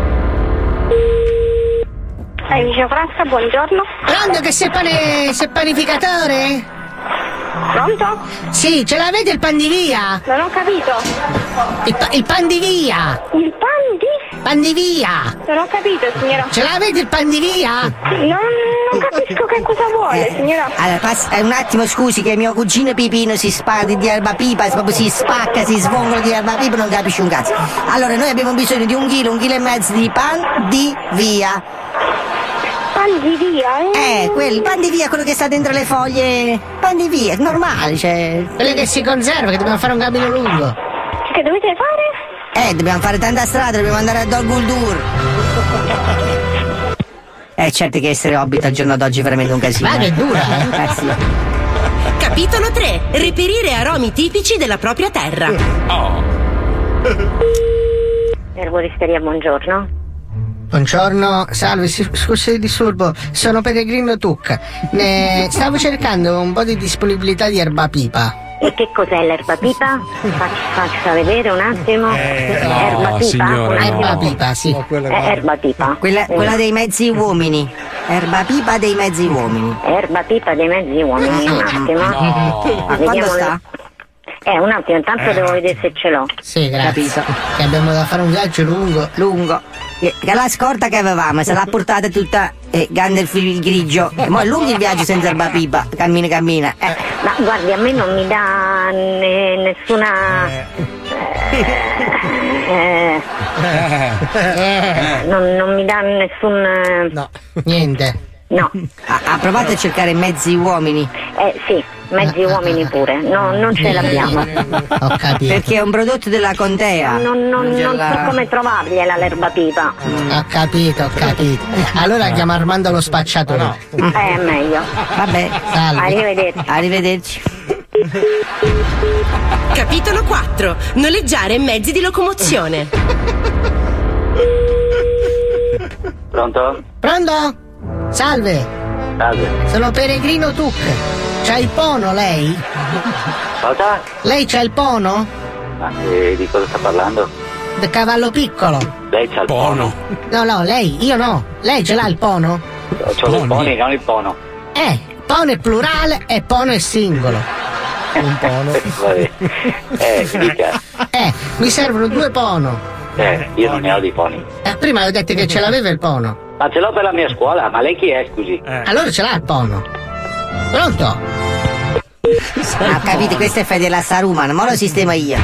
Vicino Francia, buongiorno. Pronto, che sei panificatore? Pronto? Sì, ce l'avete il pan di via? Non ho capito. Il pan di via? Il pan di? Pan di via? Non ho capito, signora. Ce l'avete il pan di via? Non capisco che cosa vuole, signora. Allora, un attimo, scusi, che mio cugino Pipino si spara di erba pipa, proprio si spacca, si svongola di erba pipa, non capisce un cazzo. Allora, noi abbiamo bisogno di 1 chilo e mezzo di pan di via. Pan di via? Quel pan di via, quello che sta dentro le foglie. Pan di via, normale, cioè. Quello che si conserva, che dobbiamo fare un cammino lungo. Che dovete fare? Dobbiamo fare tanta strada, dobbiamo andare a Dol Guldur. Certo che essere Hobbit al giorno d'oggi è veramente un casino. Ma che dura, sì. Capitolo 3. Reperire aromi tipici della propria terra. Erboristeria, buongiorno. Buongiorno, salve, scusi il disturbo, sono Peregrino Tuc. Stavo cercando un po' di disponibilità di erba pipa. E che cos'è l'erba pipa? Faccia vedere un attimo. Erba pipa? Signora, erba pipa, sì. Erba pipa. Quella dei mezzi uomini. Erba pipa dei mezzi uomini. Erba pipa dei mezzi uomini, un attimo. A quando sta? Un attimo, intanto devo vedere se ce l'ho. Sì, grazie. Capito. Che abbiamo da fare un viaggio lungo. Che la scorta che avevamo se l'ha portata tutta Gandalf il grigio. Ma è lungo il viaggio senza erba pipa. Cammina. Ma guardi, a me non mi dà nessuna. Non mi dà nessun. No, niente. No. Ha provato a cercare mezzi uomini? Sì, mezzi uomini pure. No, non ce l'abbiamo. Ho capito. Perché è un prodotto della contea. Non so come trovargliela l'erba pipa. Ho capito. Allora chiamo Armando lo spacciatore. È meglio. Vabbè. Salve. Arrivederci. Capitolo 4. Noleggiare mezzi di locomozione. Pronto? Salve. Sono Peregrino Tuc. C'ha il pono lei? Cosa? Lei c'ha il pono? Ma di cosa sta parlando? Del cavallo piccolo. Lei c'ha il pono? No, lei, io no. Lei ce l'ha il pono? C'ho dei poni, non il pono. Pono è plurale e pono è singolo. Un pono. Vabbè. Mica. Mi servono 2 pono. Io non ne ho di poni. Prima avevo detto che ce l'aveva il pono. Ma ce l'ho per la mia scuola, ma lei chi è, scusi? Allora ce l'ha il pono. Pronto? Capite, questo è Fede la Saruman, ma lo sistema io.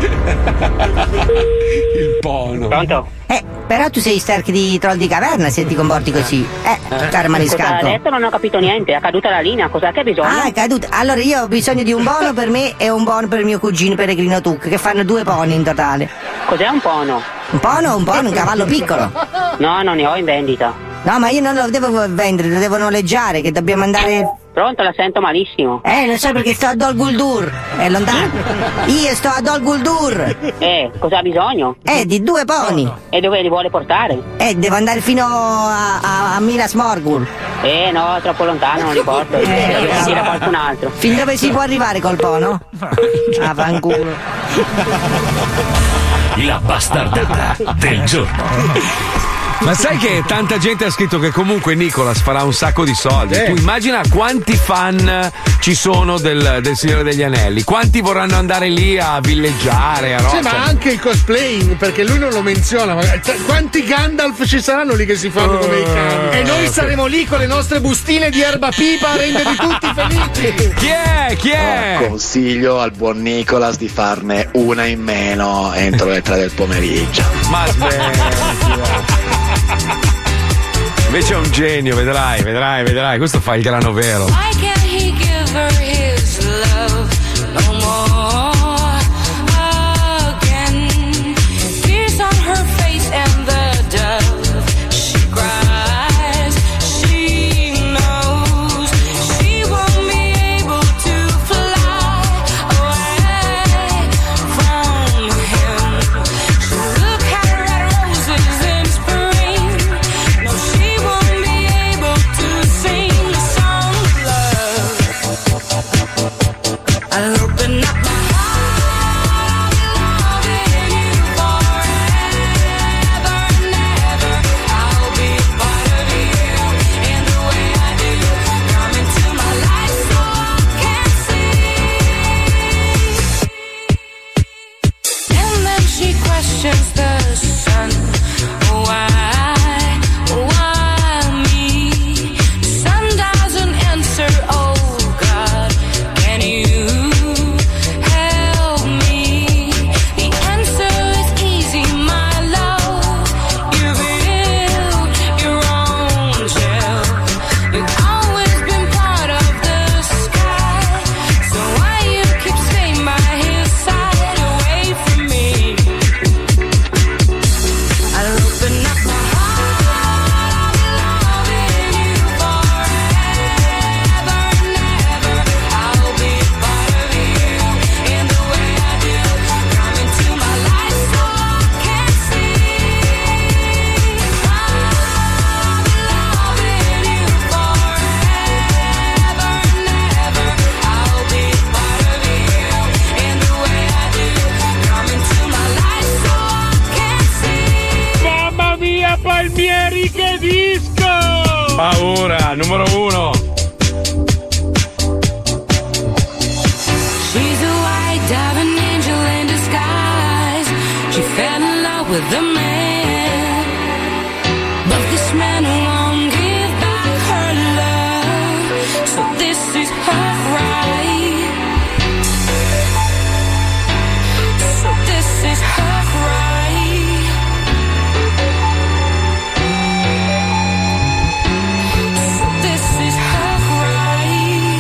Il pono. Pronto? Però tu sei Stark di Troll di Caverna se ti comporti così. Caro maniscalco. Cosa ha detto? Non ho capito niente, è caduta la linea, cos'è che hai bisogno? È caduta. Allora io ho bisogno di un bono per me e un bono per il mio cugino Peregrino Tuc, che fanno 2 poni in totale. Cos'è un pono? Un pono, un cavallo piccolo. No, non ne ho in vendita. No, ma io non lo devo vendere, lo devo noleggiare, che dobbiamo andare. Pronto, la sento malissimo. Non so perché sto a Dol Guldur. È lontano. Io sto a Dol Guldur. Cosa ha bisogno? Di 2 poni. E dove li vuole portare? Devo andare fino a Minas Morgul. No, troppo lontano, non li porto. Devo dire a qualcun altro. Fin dove si può arrivare col pono? Fanculo. La bastardata del giorno. Ma sai che tanta gente ha scritto che comunque Nicolas farà un sacco di soldi. Tu immagina quanti fan ci sono del Signore degli Anelli, quanti vorranno andare lì a villeggiare, a Sì, ma anche il cosplaying, perché lui non lo menziona. Ma quanti Gandalf ci saranno lì che si fanno come i cani? E noi saremo lì con le nostre bustine di erba pipa a rendervi tutti felici. Chi è? Consiglio al buon Nicolas di farne una in meno entro le 3 del pomeriggio. Ma smettila. Invece è un genio, vedrai, questo fa il grano vero. Why can't he give her his love no more again? Tears on her face and the dove she cries. She knows she won't be able to fly away from him. So look at red roses in spring. No, she won't be able to sing the song of love. Italia, numero 1. She's a white diamond angel in disguise. She fell in love with a man, but this man won't give back her love. So this is her right. So this is her right. So this is her right.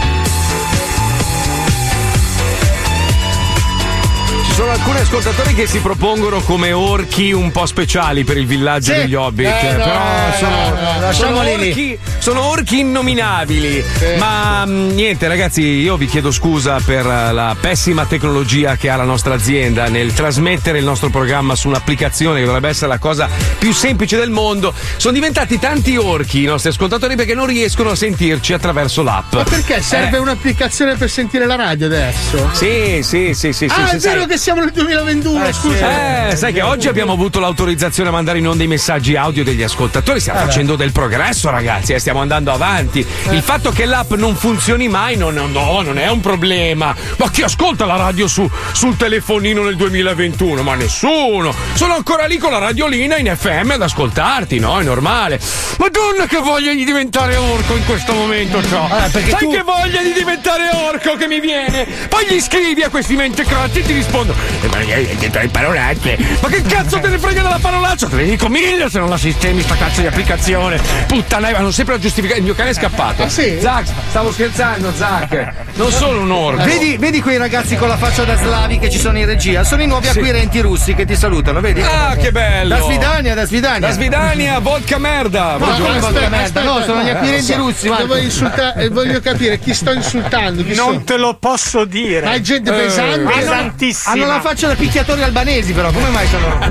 Ci sono alcuni ascoltatori che si propongono come orchi un po' speciali per il villaggio degli Hobbit, però sono orchi innominabili. Ma niente, ragazzi, io vi chiedo scusa per la pessima tecnologia che ha la nostra azienda nel trasmettere il nostro programma su un'applicazione che dovrebbe essere la cosa più semplice del mondo. Sono diventati tanti orchi i nostri ascoltatori perché non riescono a sentirci attraverso l'app. Ma perché serve un'applicazione per sentire la radio adesso? Sì. È vero che siamo nel 2021, scusa. Sai che oggi abbiamo avuto l'autorizzazione a mandare in onda i messaggi audio degli ascoltatori. Stiamo facendo del progresso, ragazzi, stiamo andando avanti. Il fatto che l'app non funzioni mai non è un problema. Ma chi ascolta la radio sul telefonino nel 2021? Ma nessuno. Sono ancora lì con la radiolina in FM ad ascoltarti, no? È normale. Madonna, che voglia di diventare orco in questo momento c'ho. Sai che voglia di diventare orco che mi viene? Poi gli scrivi a questi mentecrati e ti rispondo: ma dentro le parolacce. Ma che cazzo te ne frega della parolaccia? Te ne dico 1000 se non la sistemi sta cazzo di applicazione. Puttana, hanno sempre a giustificare. Il mio cane è scappato. Sì? Zac, stavo scherzando, Zac. Non sono un orco. Vedi quei ragazzi con la faccia da slavi che ci sono in regia? Sono i nuovi acquirenti russi che ti salutano, vedi? Ah, che bello. Da Svidania. Da Svidania, vodka merda. No, sono gli acquirenti russi. Voglio capire chi sto insultando. Non te lo posso dire. Ma è gente pesante. Pesantissima. Hanno la faccia da picchiatori albanesi, però come mai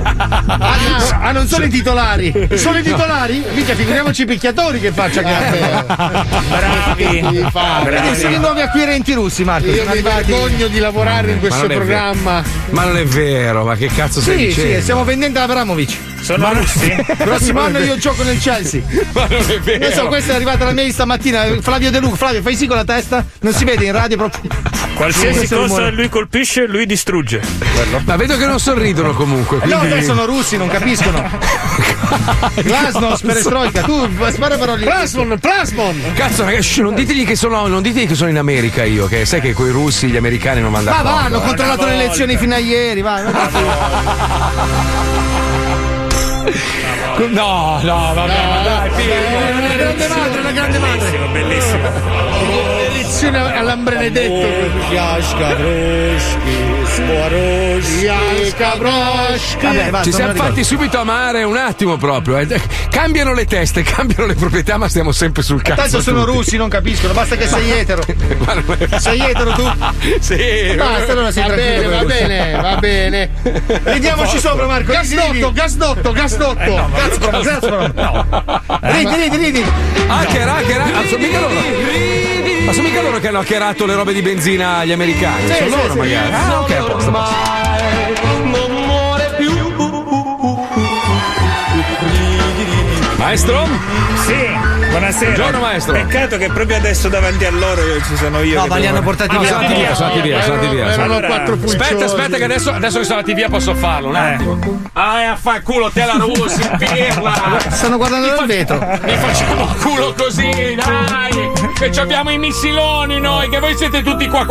sono? Non sono i titolari. Sono i titolari? Mica, figuriamoci i picchiatori che faccia che hanno. Bravi. Sono i nuovi acquirenti russi, Marco. Io mi vergogno di lavorare in questo programma. Ma non è vero, ma che cazzo stai dicendo? Sì, stiamo vendendo Abramovic. Sono russi? Prossimo anno io gioco nel Chelsea. Ma non è vero. Adesso questa è arrivata la mail stamattina. Flavio De Luca. Flavio, fai sì con la testa. Non si vede in radio proprio. Qualsiasi cosa lui colpisce, lui distrugge. Ma vedo che non sorridono comunque. No, sono russi, non capiscono. Glasnost, perestroika. Tu spara parole. Plasmon. Cazzo, ragazzi, non ditegli che sono in America io, che sai che coi russi gli americani non vanno d'accordo. Ma hanno controllato le elezioni fino a ieri, va. No, vabbè, ma dai, una grande madre. Bellissimo. Elezione all'Ambrenedetto. Ci siamo fatti subito amare un attimo proprio. Cambiano le teste, cambiano le proprietà, ma stiamo sempre sul cazzo. Tanto sono russi, non capiscono, basta che sei etero. Sei etero tu? Sì. Basta, allora sei tranquillo. Va bene. Vediamoci sopra, Marco. Gasdotto. Ridi. Hacker. Ma sono mica loro che hanno hackerato le robe di benzina agli americani? Sono loro magari. Ah, ok, a posto. Maestro? Sì. Buonasera. Buongiorno, maestro. Peccato che proprio adesso davanti a loro ci sono io. No, ma li hanno portati via. Sono andati via. Allora, Aspetta, che adesso che sono andati via posso farlo un attimo. A fa culo te la Russia, pirla. Stanno guardando dal vetro. Mi facciamo culo così, dai. Che abbiamo i missiloni noi, che voi siete tutti qua.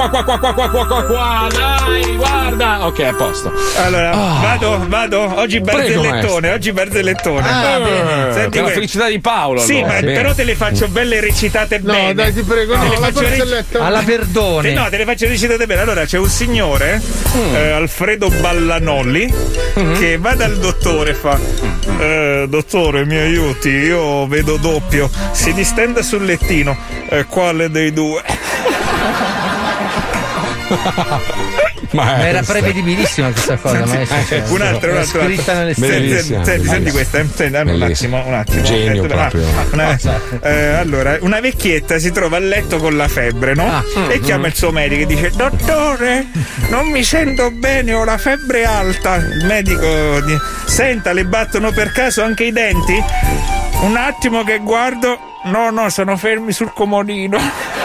Dai, guarda. Ok, a posto. Allora, vado. Oggi barzellettone. Senti, la felicità di Paolo. Sì, allora. ma però te le faccio belle recitate bene. No, dai, ti prego, no, la barzelletta. Alla Verdone. No, te le faccio recitate bene. Allora, c'è un signore, Alfredo Ballanolli, che va dal dottore e fa: dottore, mi aiuti, io vedo doppio. Si distende sul lettino. Quale dei due? Ma era prevedibilissima questa cosa, maestro. Un'altra. Scritta nelle Senti questa. Un attimo. Genio proprio. Allora, una vecchietta si trova a letto con la febbre, no? E chiama il suo medico e dice: dottore, non mi sento bene, ho la febbre alta. Il medico: senta, le battono per caso anche i denti? Un attimo che guardo. No, sono fermi sul comodino.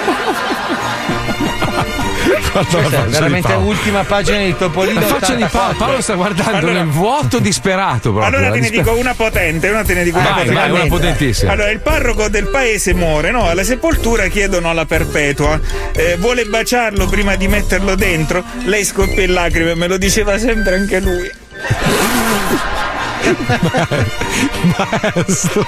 Veramente ultima pagina di Topolino. La faccia di Paolo sta guardando nel vuoto disperato proprio. Allora te ne dico una potente, una potentissima. Allora, il parroco del paese muore, no? Alla sepoltura chiedono la perpetua. Vuole baciarlo prima di metterlo dentro? Lei scoppia in lacrime, me lo diceva sempre anche lui. Maestro.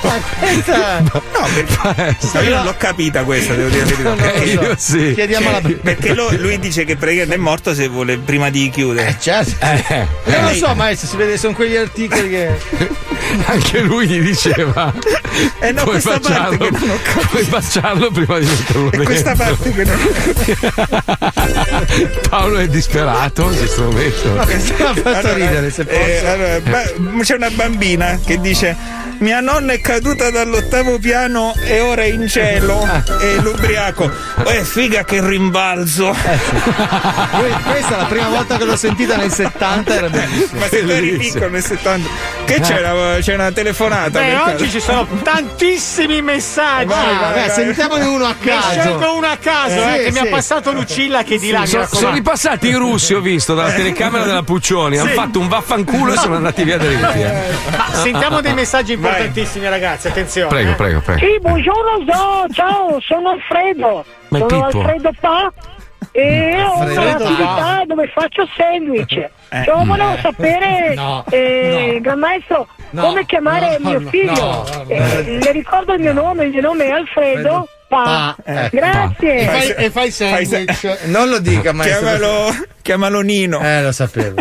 Io non l'ho capita questa, devo dire la verità. Io sì. Chiediamo perché lui dice che praticamente è morto se vuole prima di chiudere. Certo. Non lo so, maestro, si vede, sono quegli articoli che. Anche lui gli diceva. No, puoi questa parte che non ho capito. Puoi baciarlo prima di metterlo dentro. Questa parte che non ho capito. Paolo è disperato in questo momento. Ma mi ha fatto ridere, se posso. C'è una bambina che dice: mia nonna è caduta dall'8° piano e ora è in cielo. E l'ubriaco: figa che rimbalzo. Questa è la prima volta che l'ho sentita nel 70, era bellissima. Ma se tu eri piccolo nel 70. Che c'è una telefonata? Oggi ci sono tantissimi messaggi. Vai, sentiamone uno a caso. Scelgo uno a caso, che mi ha passato Lucilla che di là. Sono ripassati i russi, ho visto, dalla telecamera della Puccioni. Hanno fatto un vaffanculo e sono andati via dritti. Sentiamo dei messaggi importantissimi, ragazzi, attenzione. Prego. Sì, buongiorno, ciao, sono Alfredo. Ma è sono Pippo. Alfredo Pa e ho un'attività dove faccio sandwich. Volevo sapere, Gran Maestro, come chiamare mio figlio. Le ricordo il mio nome è Alfredo Pa. Grazie. E fai sandwich. Non lo dica, maestro. Chiamalo Nino. Lo sapevo.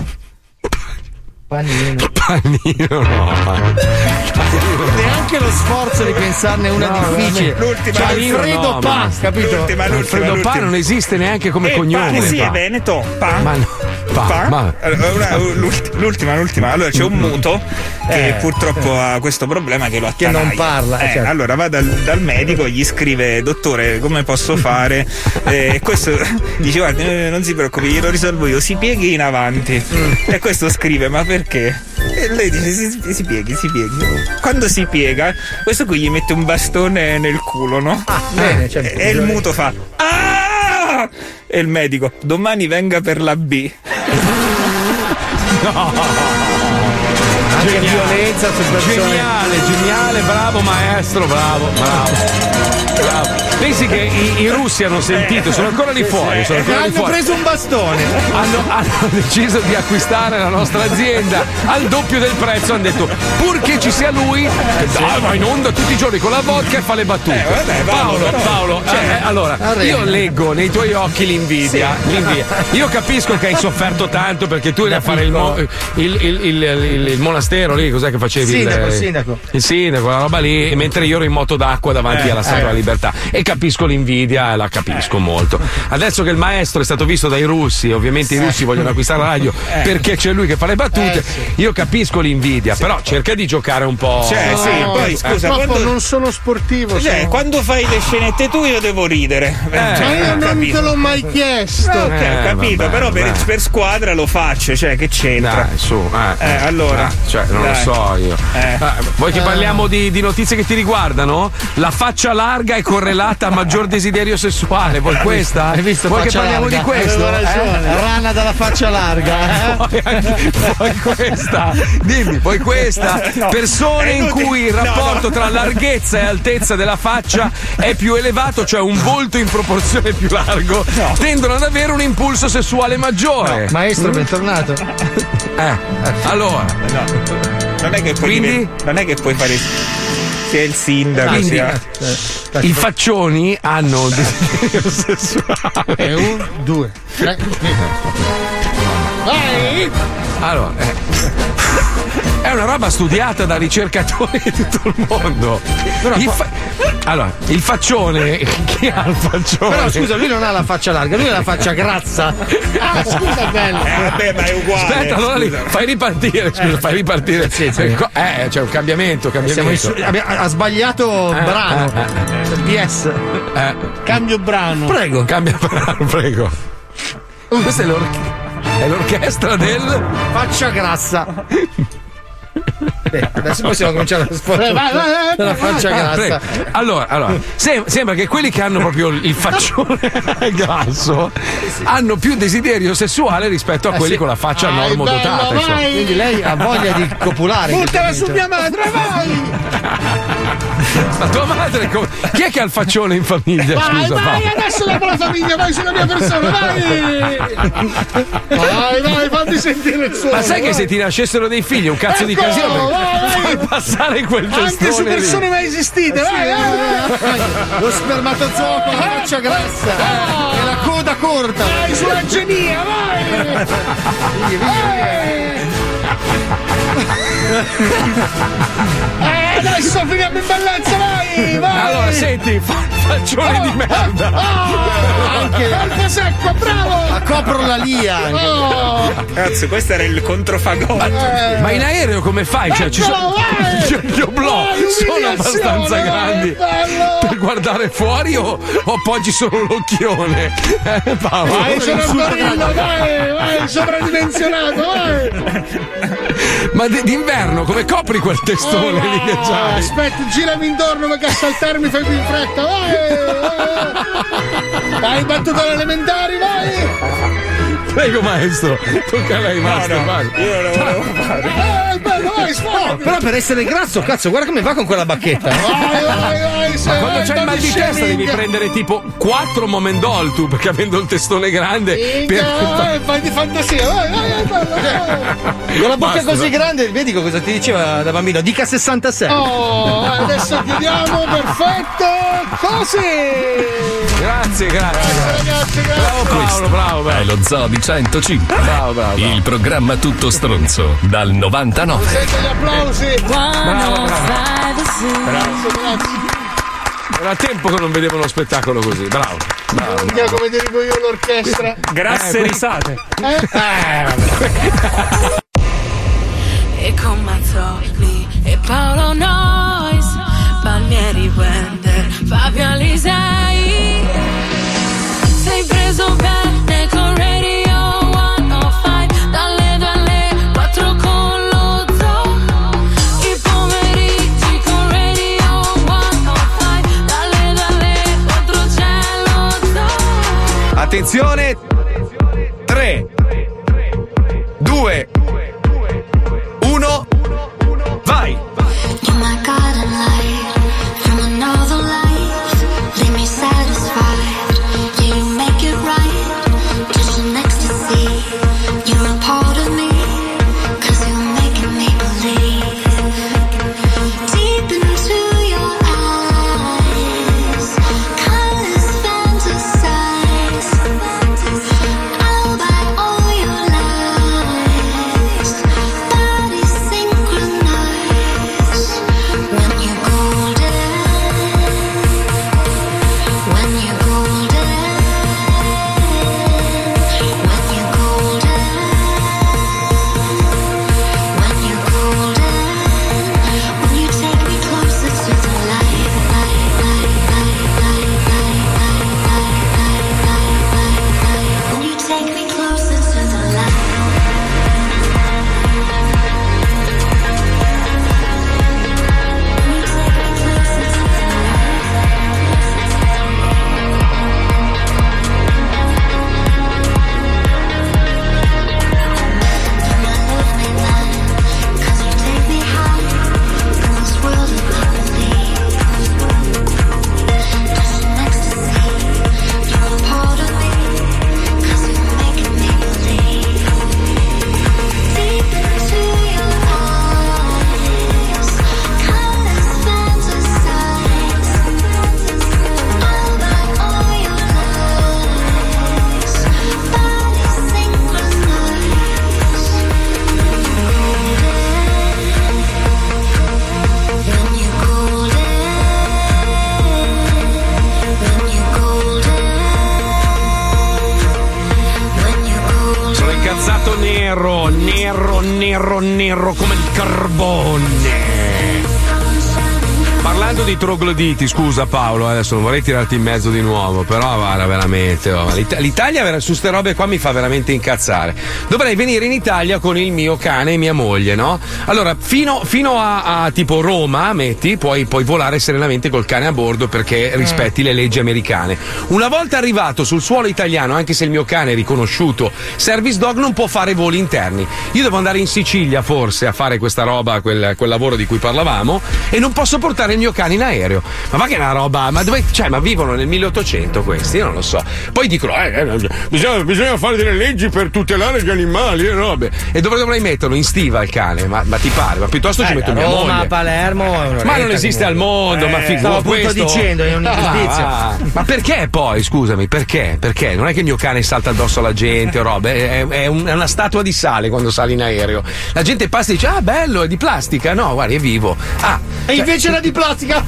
Panino no. Neanche lo sforzo di pensarne una difficile. L'ultima, Alfredo Pa, capito? Alfredo Pa non esiste neanche come cognome. Sì, è Veneto. Pa. Ma no. Pa. L'ultima. Allora c'è un muto che purtroppo ha questo problema che lo attanaglia. Che non parla. Certo. Allora va dal medico, gli scrive: dottore, come posso fare? Questo dice: guardi, non si preoccupi, glielo risolvo io, si pieghi in avanti. E questo scrive: ma perché? E lei dice: si pieghi. Quando si piega, questo qui gli mette un bastone nel culo, no? Bene, certo. E il muto fa: ah! E il medico: domani venga per la B. No. Anche violenza su persone. Geniale, bravo maestro, bravo. Pensi che i russi hanno sentito, sono ancora lì fuori. Hanno preso un bastone. Hanno deciso di acquistare la nostra azienda al doppio del prezzo. Hanno detto: purché ci sia lui, va in onda tutti i giorni con la vodka e fa le battute. Paolo, allora, io leggo nei tuoi occhi l'invidia. Io capisco che hai sofferto tanto perché tu eri a fare il monastero lì, cos'è che facevi? Il sindaco, la roba lì, mentre io ero in moto d'acqua davanti alla Sacra Libertà. E capisco l'invidia, la capisco molto. Adesso che il maestro è stato visto dai russi, ovviamente i russi vogliono acquistare la radio perché c'è lui che fa le battute. Io capisco l'invidia, però cerca di giocare un po'. Poi scusa, quando non sono sportivo. Quando fai le scenette tu io devo ridere. Ma io non te l'ho mai chiesto. Ho capito, però per squadra lo faccio, che c'entra? Dai, su. Allora. Non lo so io. Vuoi che parliamo di notizie che ti riguardano? La faccia larga è correlata a maggior desiderio sessuale. Vuoi questa? Hai visto? Vuoi che parliamo di questo? Rana dalla faccia larga. Vuoi questa? Dimmi, vuoi questa? Persone in cui il rapporto tra larghezza e altezza della faccia è più elevato, cioè un volto in proporzione più largo, tendono ad avere un impulso sessuale maggiore. Maestro, bentornato. Allora. Non è che puoi fare sia il sindaco i faccioni hanno un desiderio sessuale. E 1, 2, 3. Vai! Allora, è una roba studiata da ricercatori di tutto il mondo. Allora, il faccione, chi ha il faccione? Però scusa, lui non ha la faccia larga, lui ha la faccia grassa. Scusa, bello. Vabbè, ma è uguale. Aspetta, allora fai ripartire. Sì. C'è un cambiamento. Ha sbagliato brano. PS. Cambio brano. Prego. Cambia brano, prego. Questa è l'orchestra del faccia grassa. Adesso possiamo cominciare a sporcare la faccia grassa. Allora, sembra che quelli che hanno proprio il faccione grasso hanno più desiderio sessuale rispetto a quelli con la faccia normodotata. Quindi lei ha voglia di copulare. Buttala su mia madre, vai! Ma tua madre chi è che ha il faccione in famiglia? Vai, Scusa, vai, adesso dopo la famiglia, vai sulla mia persona, vai! Vai, fammi sentire il suono. Ma sai che se ti nascessero dei figli un cazzo di casino per far passare quel testone anche su persone mai esistite, vai! Lo spermatozoo con la faccia grassa e la coda corta. Vai sulla genia, vai! Adesso finiamo in bellezza, vai! Allora senti, faccione di merda. Anche colpo secco, bravo! Ma copro la lia anche. Cazzo, questo era il controfagotto. Ma in aereo come fai? Cioè, ci sono gli oblò sono abbastanza grandi per guardare fuori o appoggi solo l'occhione? Paolo. Vai, sono un gorillo, vai, sovradimensionato, vai! Ma d'inverno come copri quel testone lì che c'hai? Aspetta, girami intorno perché a saltarmi fai più in fretta, vai! Vai, battuto all'elementari, vai! Prego maestro, tocca a lei, maestro. No, io non lo volevo fare. Bello, vai, sfondi! Però per essere grasso, cazzo, guarda come va con quella bacchetta. Vai, ma quando c'hai il mal di testa devi prendere tipo 4 Momendol tu, perché avendo il testone grande fai di fantasia, vai. Con la bocca così grande, il medico cosa ti diceva da bambino? Dica 66. Oh, adesso chiudiamo, perfetto, così. Grazie. Ragazzi, bravo Paolo, bravo. È lo Zoo di 105. Bravo. Il programma tutto stronzo dal 99. Sento gli applausi. Bravo. Grazie. Era tempo che non vedevo uno spettacolo così. Bravo. Come dico io l'orchestra. Grasse risate. E con Mazzoli e Paolo Noyes, Palmieri, Wender, Fabio Alisei. Sei preso bene con Radio 105, dalle 2 alle 4 con lo Zoo. I pomeriggi con Radio 105, dalle 2 alle 4 c'è lo Zoo. Attenzione, 3, 2, 1, vai! You're my garden light from another life. Leave me satisfied. Yeah, you make it right. Just an ecstasy. You're a part of me. 'Cause you're making me believe. Deep into your eyes, colors fantasize. I'll buy all your lies. Bodies synchronize. When you're golden, when you're golden, when you're golden, when you're golden, when you take me closer to the light, when you take me closer to the light. Sono incazzato nero come il carbone. Ma parlando di trogloditi, scusa Paolo, adesso non vorrei tirarti in mezzo di nuovo, però guarda veramente, l'Italia su ste robe qua mi fa veramente incazzare. Dovrei venire in Italia con il mio cane e mia moglie, no? Allora, fino a tipo Roma, metti, puoi volare serenamente col cane a bordo perché rispetti le leggi americane. Una volta arrivato sul suolo italiano, anche se il mio cane è riconosciuto service dog, non può fare voli interni. Io devo andare in Sicilia forse a fare questa roba, quel lavoro di cui parlavamo, e non posso portare il mio cane in aereo. Ma va che è una roba, ma dove, cioè, ma vivono nel 1800 questi? Io non lo so. Poi dicono bisogna fare delle leggi per tutelare gli animali e robe. E dove dovrei metterlo? In stiva il cane? Ma ti pare? Ma piuttosto ci metto mia moglie. Roma, Palermo, ma non esiste al mondo, ma figura appunto dicendo, è un'ingiustizia. Ma perché poi, scusami, perché? Perché? Non è che il mio cane salta addosso alla gente o robe, è una statua di sale quando sale in aereo. La gente passa e dice bello, è di plastica. No, guarda, è vivo. E invece era di plastica.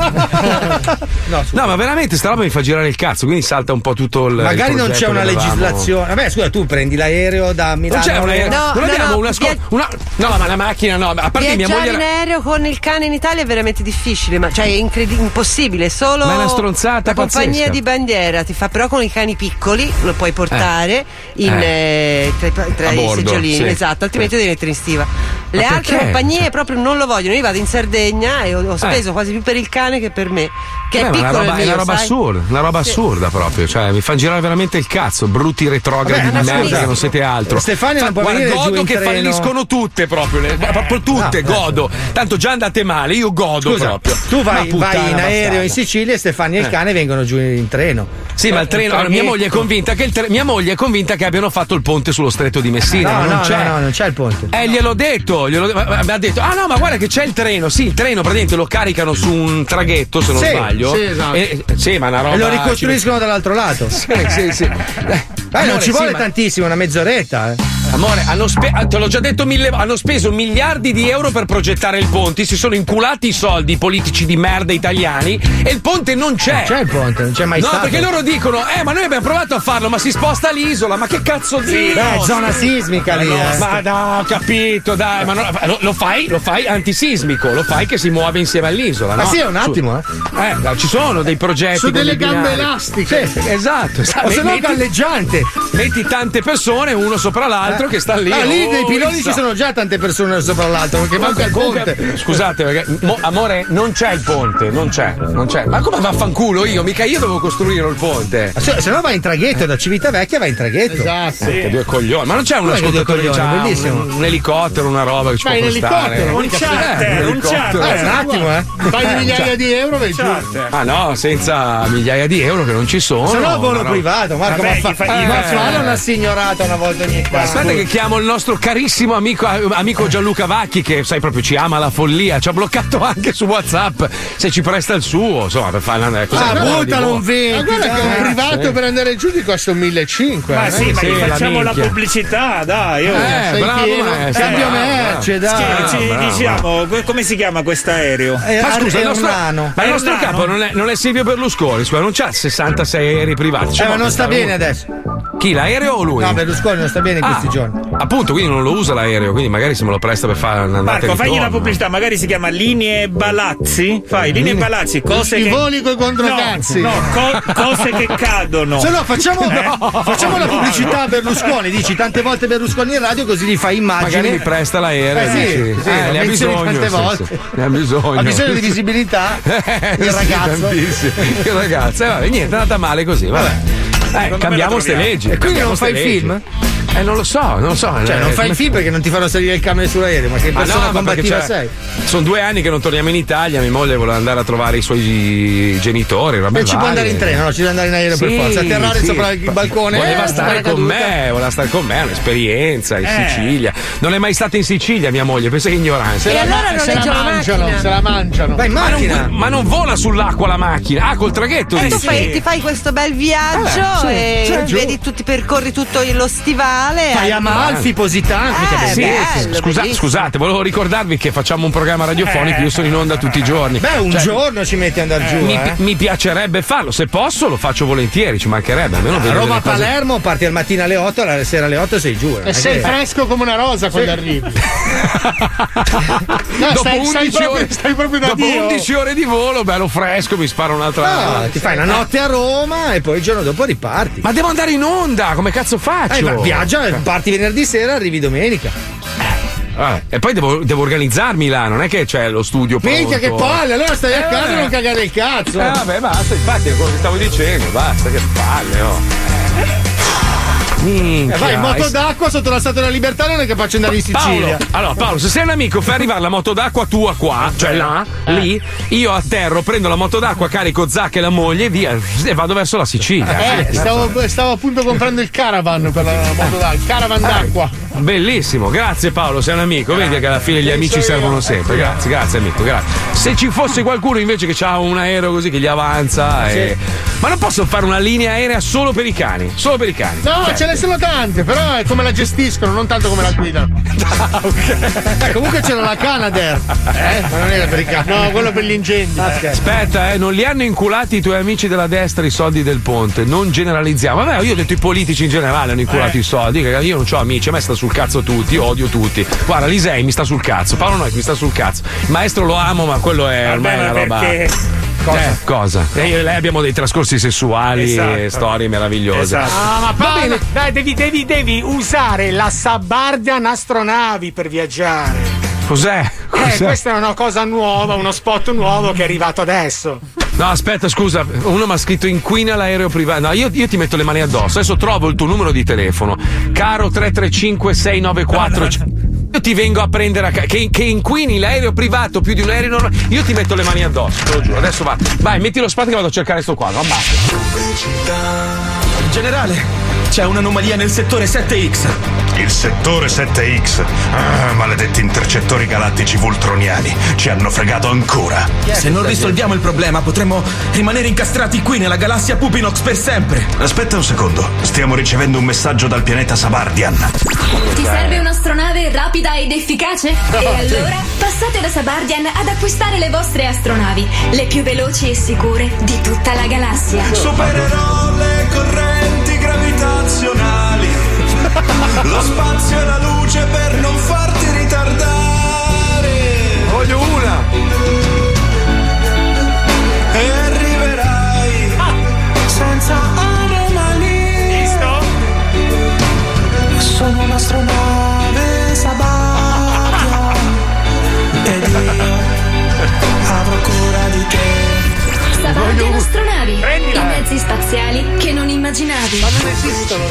No, ma veramente sta roba mi fa girare il cazzo, quindi salta un po' tutto il magari non c'è una legislazione. Vabbè, scusa, tu prendi l'aereo da Milano. Non c'è un aereo. No, ma la macchina no. A parte mia moglie in aereo con il cane in Italia è veramente difficile, ma cioè è impossibile, solo ma è una stronzata la compagnia pazzesca. Di bandiera ti fa, però con i cani piccoli lo puoi portare tra i bordo, seggiolini, sì. Esatto, altrimenti devi mettere in stiva. Le Ma altre perché? compagnie proprio non lo vogliono. Io vado in Sardegna e ho speso quasi più per il cane che per me, che è piccolo il mio, è una roba sai? assurda, una roba assurda proprio, cioè mi fa girare veramente il cazzo, brutti retrogradi di merda che non siete altro. Stefania non può venire giù godo in che treno. falliscono tutte proprio tutte, godo. Tanto già andate male, io godo. Scusa, proprio. tu vai in aereo bastarda. in Sicilia e Stefania e il cane vengono giù in treno. Sì, ma il treno. Allora, mia moglie è convinta che abbiano fatto il ponte sullo stretto di Messina. No, ma non c'è. non c'è il ponte. Gliel'ho detto. Mi ha detto: no, ma guarda che c'è il treno. Sì, il treno praticamente lo caricano su un traghetto, se non sbaglio. Sì, esatto. Sì, ma una roba. E lo ricostruiscono dall'altro lato. Sì. Non ci vuole tantissimo, una mezz'oretta. Amore, te l'ho già detto hanno speso miliardi di euro per progettare il ponte, si sono inculati i soldi, i politici di merda italiani, e il ponte non c'è. Non c'è il ponte, non c'è mai stato. No, perché loro dicono, ma noi abbiamo provato a farlo, ma si sposta l'isola, ma che cazzo di... zona sismica lì. Ma no, ho capito, dai, ma lo fai antisismico, lo fai che si muove insieme all'isola, Ma no? sì, è un attimo, ci sono dei progetti. Su delle gambe binari. elastiche. Sì, esatto. O se no galleggiante. Metti tante persone uno sopra l'altro che sta lì. Lì nei piloni ci sono già tante persone sopra l'altro perché manca il ponte. Scusate, perché amore, non c'è il ponte, non c'è. Ma come vaffanculo io? Mica io devo costruire il ponte. Se no vai in traghetto, da Civitavecchia vai in traghetto. Esatto. Che due coglioni. Ma non c'è un ascoltatore che c'ha un elicottero, una roba che ci può costare? Un charter. Un attimo, Fai di migliaia di euro, vai giù. Ah no, senza migliaia di euro che non ci sono. Se no volo privato, Marco, Vabbè, ma fare una signorata una volta ogni tanto. Aspetta che chiamo il nostro carissimo amico Gianluca Vacchi, che sai proprio ci ama la follia, ci ha bloccato anche su WhatsApp, se ci presta il suo, insomma, per fare una cosa. Buttalo un 20. Ma guarda che un privato per andare giù ti costa 1.500. Ma sì, ma sì, gli la facciamo la minchia. pubblicità, dai. Bravo, Cambio merce, dai. Diciamo, come si chiama quest'aereo? Ma scusa, il nostro Errano. capo non è Silvio Berlusconi, scusa, non c'ha 66 aerei privati. Ma non sta bene adesso. Chi, l'aereo o lui? No, Berlusconi non sta bene in questi giorni. Appunto, quindi non lo usa l'aereo, quindi magari se me lo presta per fare un'andata Marco, e ritorno. fagli la pubblicità, magari si chiama Linee Balazzi. Fai Linee Balazzi, cose I che. voli coi controcazzi. No, cose che cadono. Se no, facciamo la pubblicità a Berlusconi. Dici tante volte Berlusconi in radio, così gli fai immagini. Magari mi presta l'aereo. Sì, ne ha bisogno. tante volte. Ne ha bisogno. Ha bisogno di visibilità. Il ragazzo. Il ragazzo. Vabbè, niente, è andata male così. Vabbè. Cambiamo ste leggi. E quindi non fai il film? Non lo so. Cioè, non fai il film perché non ti fanno salire il camion sull'aereo, ma che persona combattiva sei? Sono 2 anni che non torniamo in Italia, mia moglie vuole andare a trovare i suoi genitori. Beh, ci può andare in treno, no? Ci deve andare in aereo per forza. Atterrare sopra il balcone. Voleva stare con me, è un'esperienza in Sicilia. Non è mai stata in Sicilia mia moglie, pensa che ignoranza. E allora non legge la macchina. Se la mangiano. Vai in macchina. Ma non vola sull'acqua la macchina. Col traghetto. Tu ti fai questo bel viaggio e vedi percorri tutto lo stivale speciale. Fai Amalfi, Positano. Scusate, volevo ricordarvi che facciamo un programma radiofonico, io sono in onda tutti i giorni. Beh, un giorno ci metti ad andare giù. Mi piacerebbe farlo, se posso lo faccio volentieri, ci mancherebbe. Almeno Roma-Palermo, parti al mattino alle 8, alla sera alle 8 sei giù. E sei fresco come una rosa quando arrivi. Stai proprio da dopo 11 ore di volo, bello fresco, mi sparo un'altra. Ti fai una notte a Roma e poi il giorno dopo riparti. Ma devo andare in onda, come cazzo faccio? Viaggia, parti venerdì sera, arrivi domenica. E poi devo organizzarmi là, non è che c'è lo studio pronto. Minchia, che palle, allora stai a casa e non cagare il cazzo. Vabbè, basta, infatti è quello che stavo dicendo, basta, che palle, Minchia. Vai in moto d'acqua sotto la Statua della Libertà, non è che faccio andare in Sicilia. Paolo, se sei un amico, fai arrivare la moto d'acqua tua qua, cioè là, lì, io atterro, prendo la moto d'acqua, carico Zac e la moglie e via, e vado verso la Sicilia. Stavo appunto comprando il caravan per la moto d'acqua, il caravan d'acqua. Bellissimo, grazie Paolo, sei un amico, vedi che alla fine gli amici servono sempre. Grazie amico, grazie. Se ci fosse qualcuno invece che ha un aereo così che gli avanza ma non posso fare una linea aerea solo per i cani? No, ce ne sono tante, però è come la gestiscono, non tanto come la guidano. Comunque c'era la Canadair. Ma non era per i cani. No, quello per gli incendi. Aspetta, non li hanno inculati i tuoi amici della destra i soldi del ponte, non generalizziamo. Vabbè, io ho detto i politici in generale hanno inculato i soldi, io non ho amici, a me sta sul cazzo tutti, io odio tutti. Guarda, Lisei mi sta sul cazzo, Paolo Nois mi sta sul cazzo. Il maestro lo amo, ma quello è ormai una roba. Cosa? Io e lei abbiamo dei trascorsi sessuali e storie meravigliose. Ma Paolo, dai, devi usare la Suburban Astronavi per viaggiare. Cos'è? Questa è una cosa nuova, uno spot nuovo che è arrivato adesso. No, aspetta, scusa, uno mi ha scritto inquina l'aereo privato. No, io ti metto le mani addosso. Adesso trovo il tuo numero di telefono. Caro 335 694. Io ti vengo a prendere che inquini l'aereo privato più di un aereo normale. Io ti metto le mani addosso, te lo giuro. Adesso vai, metti lo spazio che vado a cercare sto quadro. Abbassa. Generale, c'è un'anomalia nel settore 7X. Il settore 7X? Maledetti intercettori galattici vultroniani. Ci hanno fregato ancora. Se non risolviamo il problema, potremmo rimanere incastrati qui nella galassia Pupinox per sempre. Aspetta un secondo. Stiamo ricevendo un messaggio dal pianeta Sabardian. Ti serve un'astronave rapida ed efficace? E allora passate da Sabardian ad acquistare le vostre astronavi, le più veloci e sicure di tutta la galassia. Supererò le correnti gravitazionali, lo spazio e la luce per non farti ritardare. Voglio una! E arriverai senza anomalie. Visto? Sono un'astronave Sabardian ed io avrò cura di te. Sabardian Astronavi, i mezzi spaziali che non immaginavi. Ma non esistono.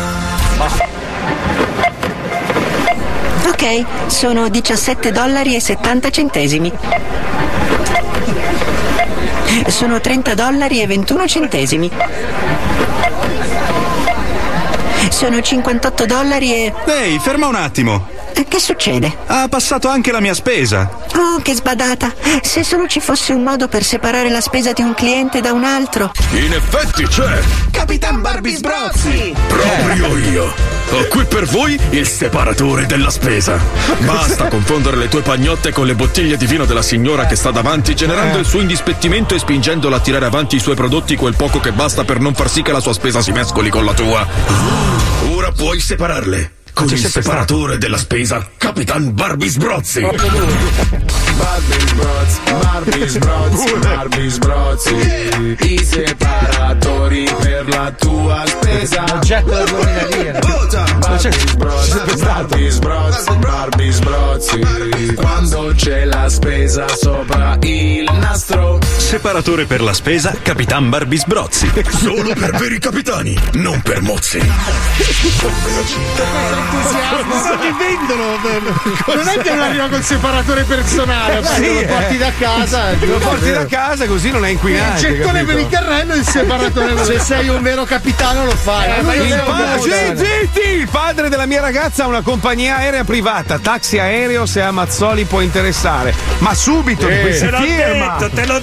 Ok, sono $17.70. Sono $30.21. Sono $58 e... Ehi, ferma un attimo. Che succede? Ha passato anche la mia spesa. Oh, che sbadata. Se solo ci fosse un modo per separare la spesa di un cliente da un altro. In effetti c'è. Capitan Barbie Sbrozzi! Proprio io. Ho qui per voi il separatore della spesa. Basta confondere le tue pagnotte con le bottiglie di vino della signora che sta davanti, generando il suo indispettimento e spingendola a tirare avanti i suoi prodotti quel poco che basta per non far sì che la sua spesa si mescoli con la tua. Ora puoi separarle con il separatore della spesa Capitan Barbie Sbrozzi. Barbie Sbrozzi, i separatori per la tua spesa. Barbie Sbrozzi, quando c'è la spesa sopra il nastro. Separatore per la spesa Capitan Barbie Sbrozzi. Solo per veri capitani, non per mozzi. Cosa ti vendono? Non è che non arriva col separatore personale, lo porti da casa. Lo porti da casa così non è inquinante. Il gettone per il carrello e il separatore. Se sei un vero capitano lo fai. Zitti! Il padre della mia ragazza ha una compagnia aerea privata, taxi aereo, se a Mazzoli può interessare. Ma subito, te l'ho detto.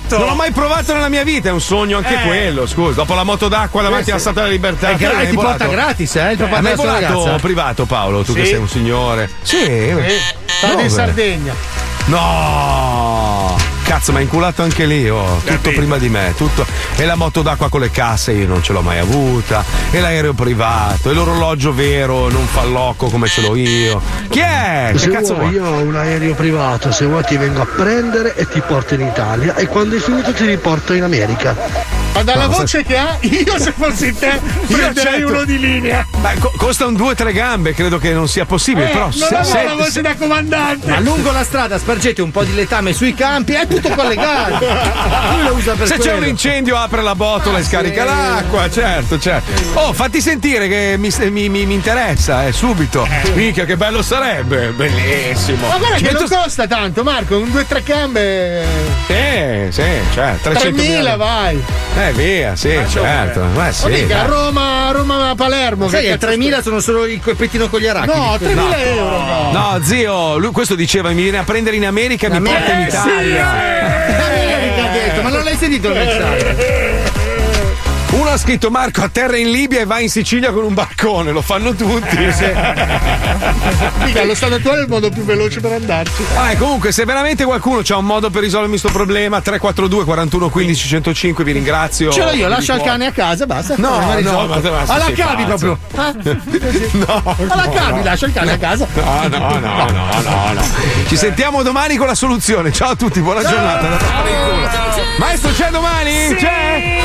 fatto? Non l'ho mai provato nella mia vita, è un sogno anche quello. Scusa, dopo la moto d'acqua davanti alla Statua della Libertà. Ti porta gratis, il papà hai della sua volato ragazza? privato, Paolo? Tu che sei un signore. Sì. Vado in Sardegna. No! Cazzo, ma è inculato anche lì, tutto prima di me, tutto. E la moto d'acqua con le casse io non ce l'ho mai avuta. E l'aereo privato, e l'orologio vero non fa l'occo come ce l'ho io. Chi è? Che Se cazzo vuoi, vuoi? io ho un aereo privato, se vuoi ti vengo a prendere e ti porto in Italia e quando hai finito ti riporto in America. Ma dalla voce che ha, io se fossi te prenderei accetto. uno di linea. Beh, costa un 2-3 gambe, credo che non sia possibile. Però non avevo la voce da comandante. Ma lungo la strada spargete un po' di letame sui campi, è tutto collegato. Lui lo usa per se quello. c'è un incendio apre la botola e scarica l'acqua, certo. Oh, fatti sentire che mi interessa, subito. Minchia, che bello sarebbe, bellissimo. Ma guarda che non costa tanto, Marco, un 2-3 gambe. Sì, certo. 3.000 vai. Via, sì, certo. Ma sì. Mica, Roma-Palermo. Sai che 3.000 sono solo il pettino con gli arachidi. No, 3.000 euro. No, zio, lui questo diceva, mi viene a prendere in America e mi porta in Italia. America ha detto, ma non l'hai sentito il messaggio? Uno ha scritto Marco atterra in Libia e va in Sicilia con un barcone, lo fanno tutti. Mica, allo stato attuale è il modo più veloce per andarci. Comunque, se veramente qualcuno c'ha un modo per risolvermi sto problema, 342 41 15 105, vi ringrazio. Ce l'ho io, lascia il cane a casa, basta. No, ma alla sei cavi pazzo. proprio. No. Alla cavi, lascia il cane a casa. No. Ci sentiamo domani con la soluzione. Ciao a tutti, buona giornata. Andate a fare in culo. Maestro, c'è domani? Sì. C'è?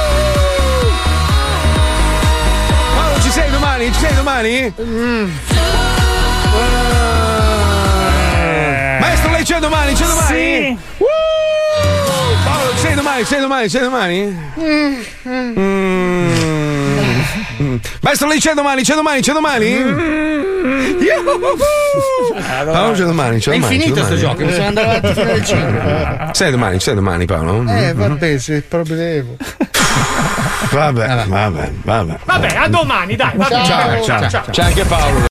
Paolo, ci sei domani? Maestro, lei c'è domani? Sì. Paolo, sei domani? Maestro, lei c'è domani? Paolo, c'è domani. È infinito sto gioco, bisogna andare avanti fino alle 5. Sei domani, Paolo? Vabbè, se problema. Vabbè. Vabbè, a domani, dai. Ciao. C'è anche Paolo.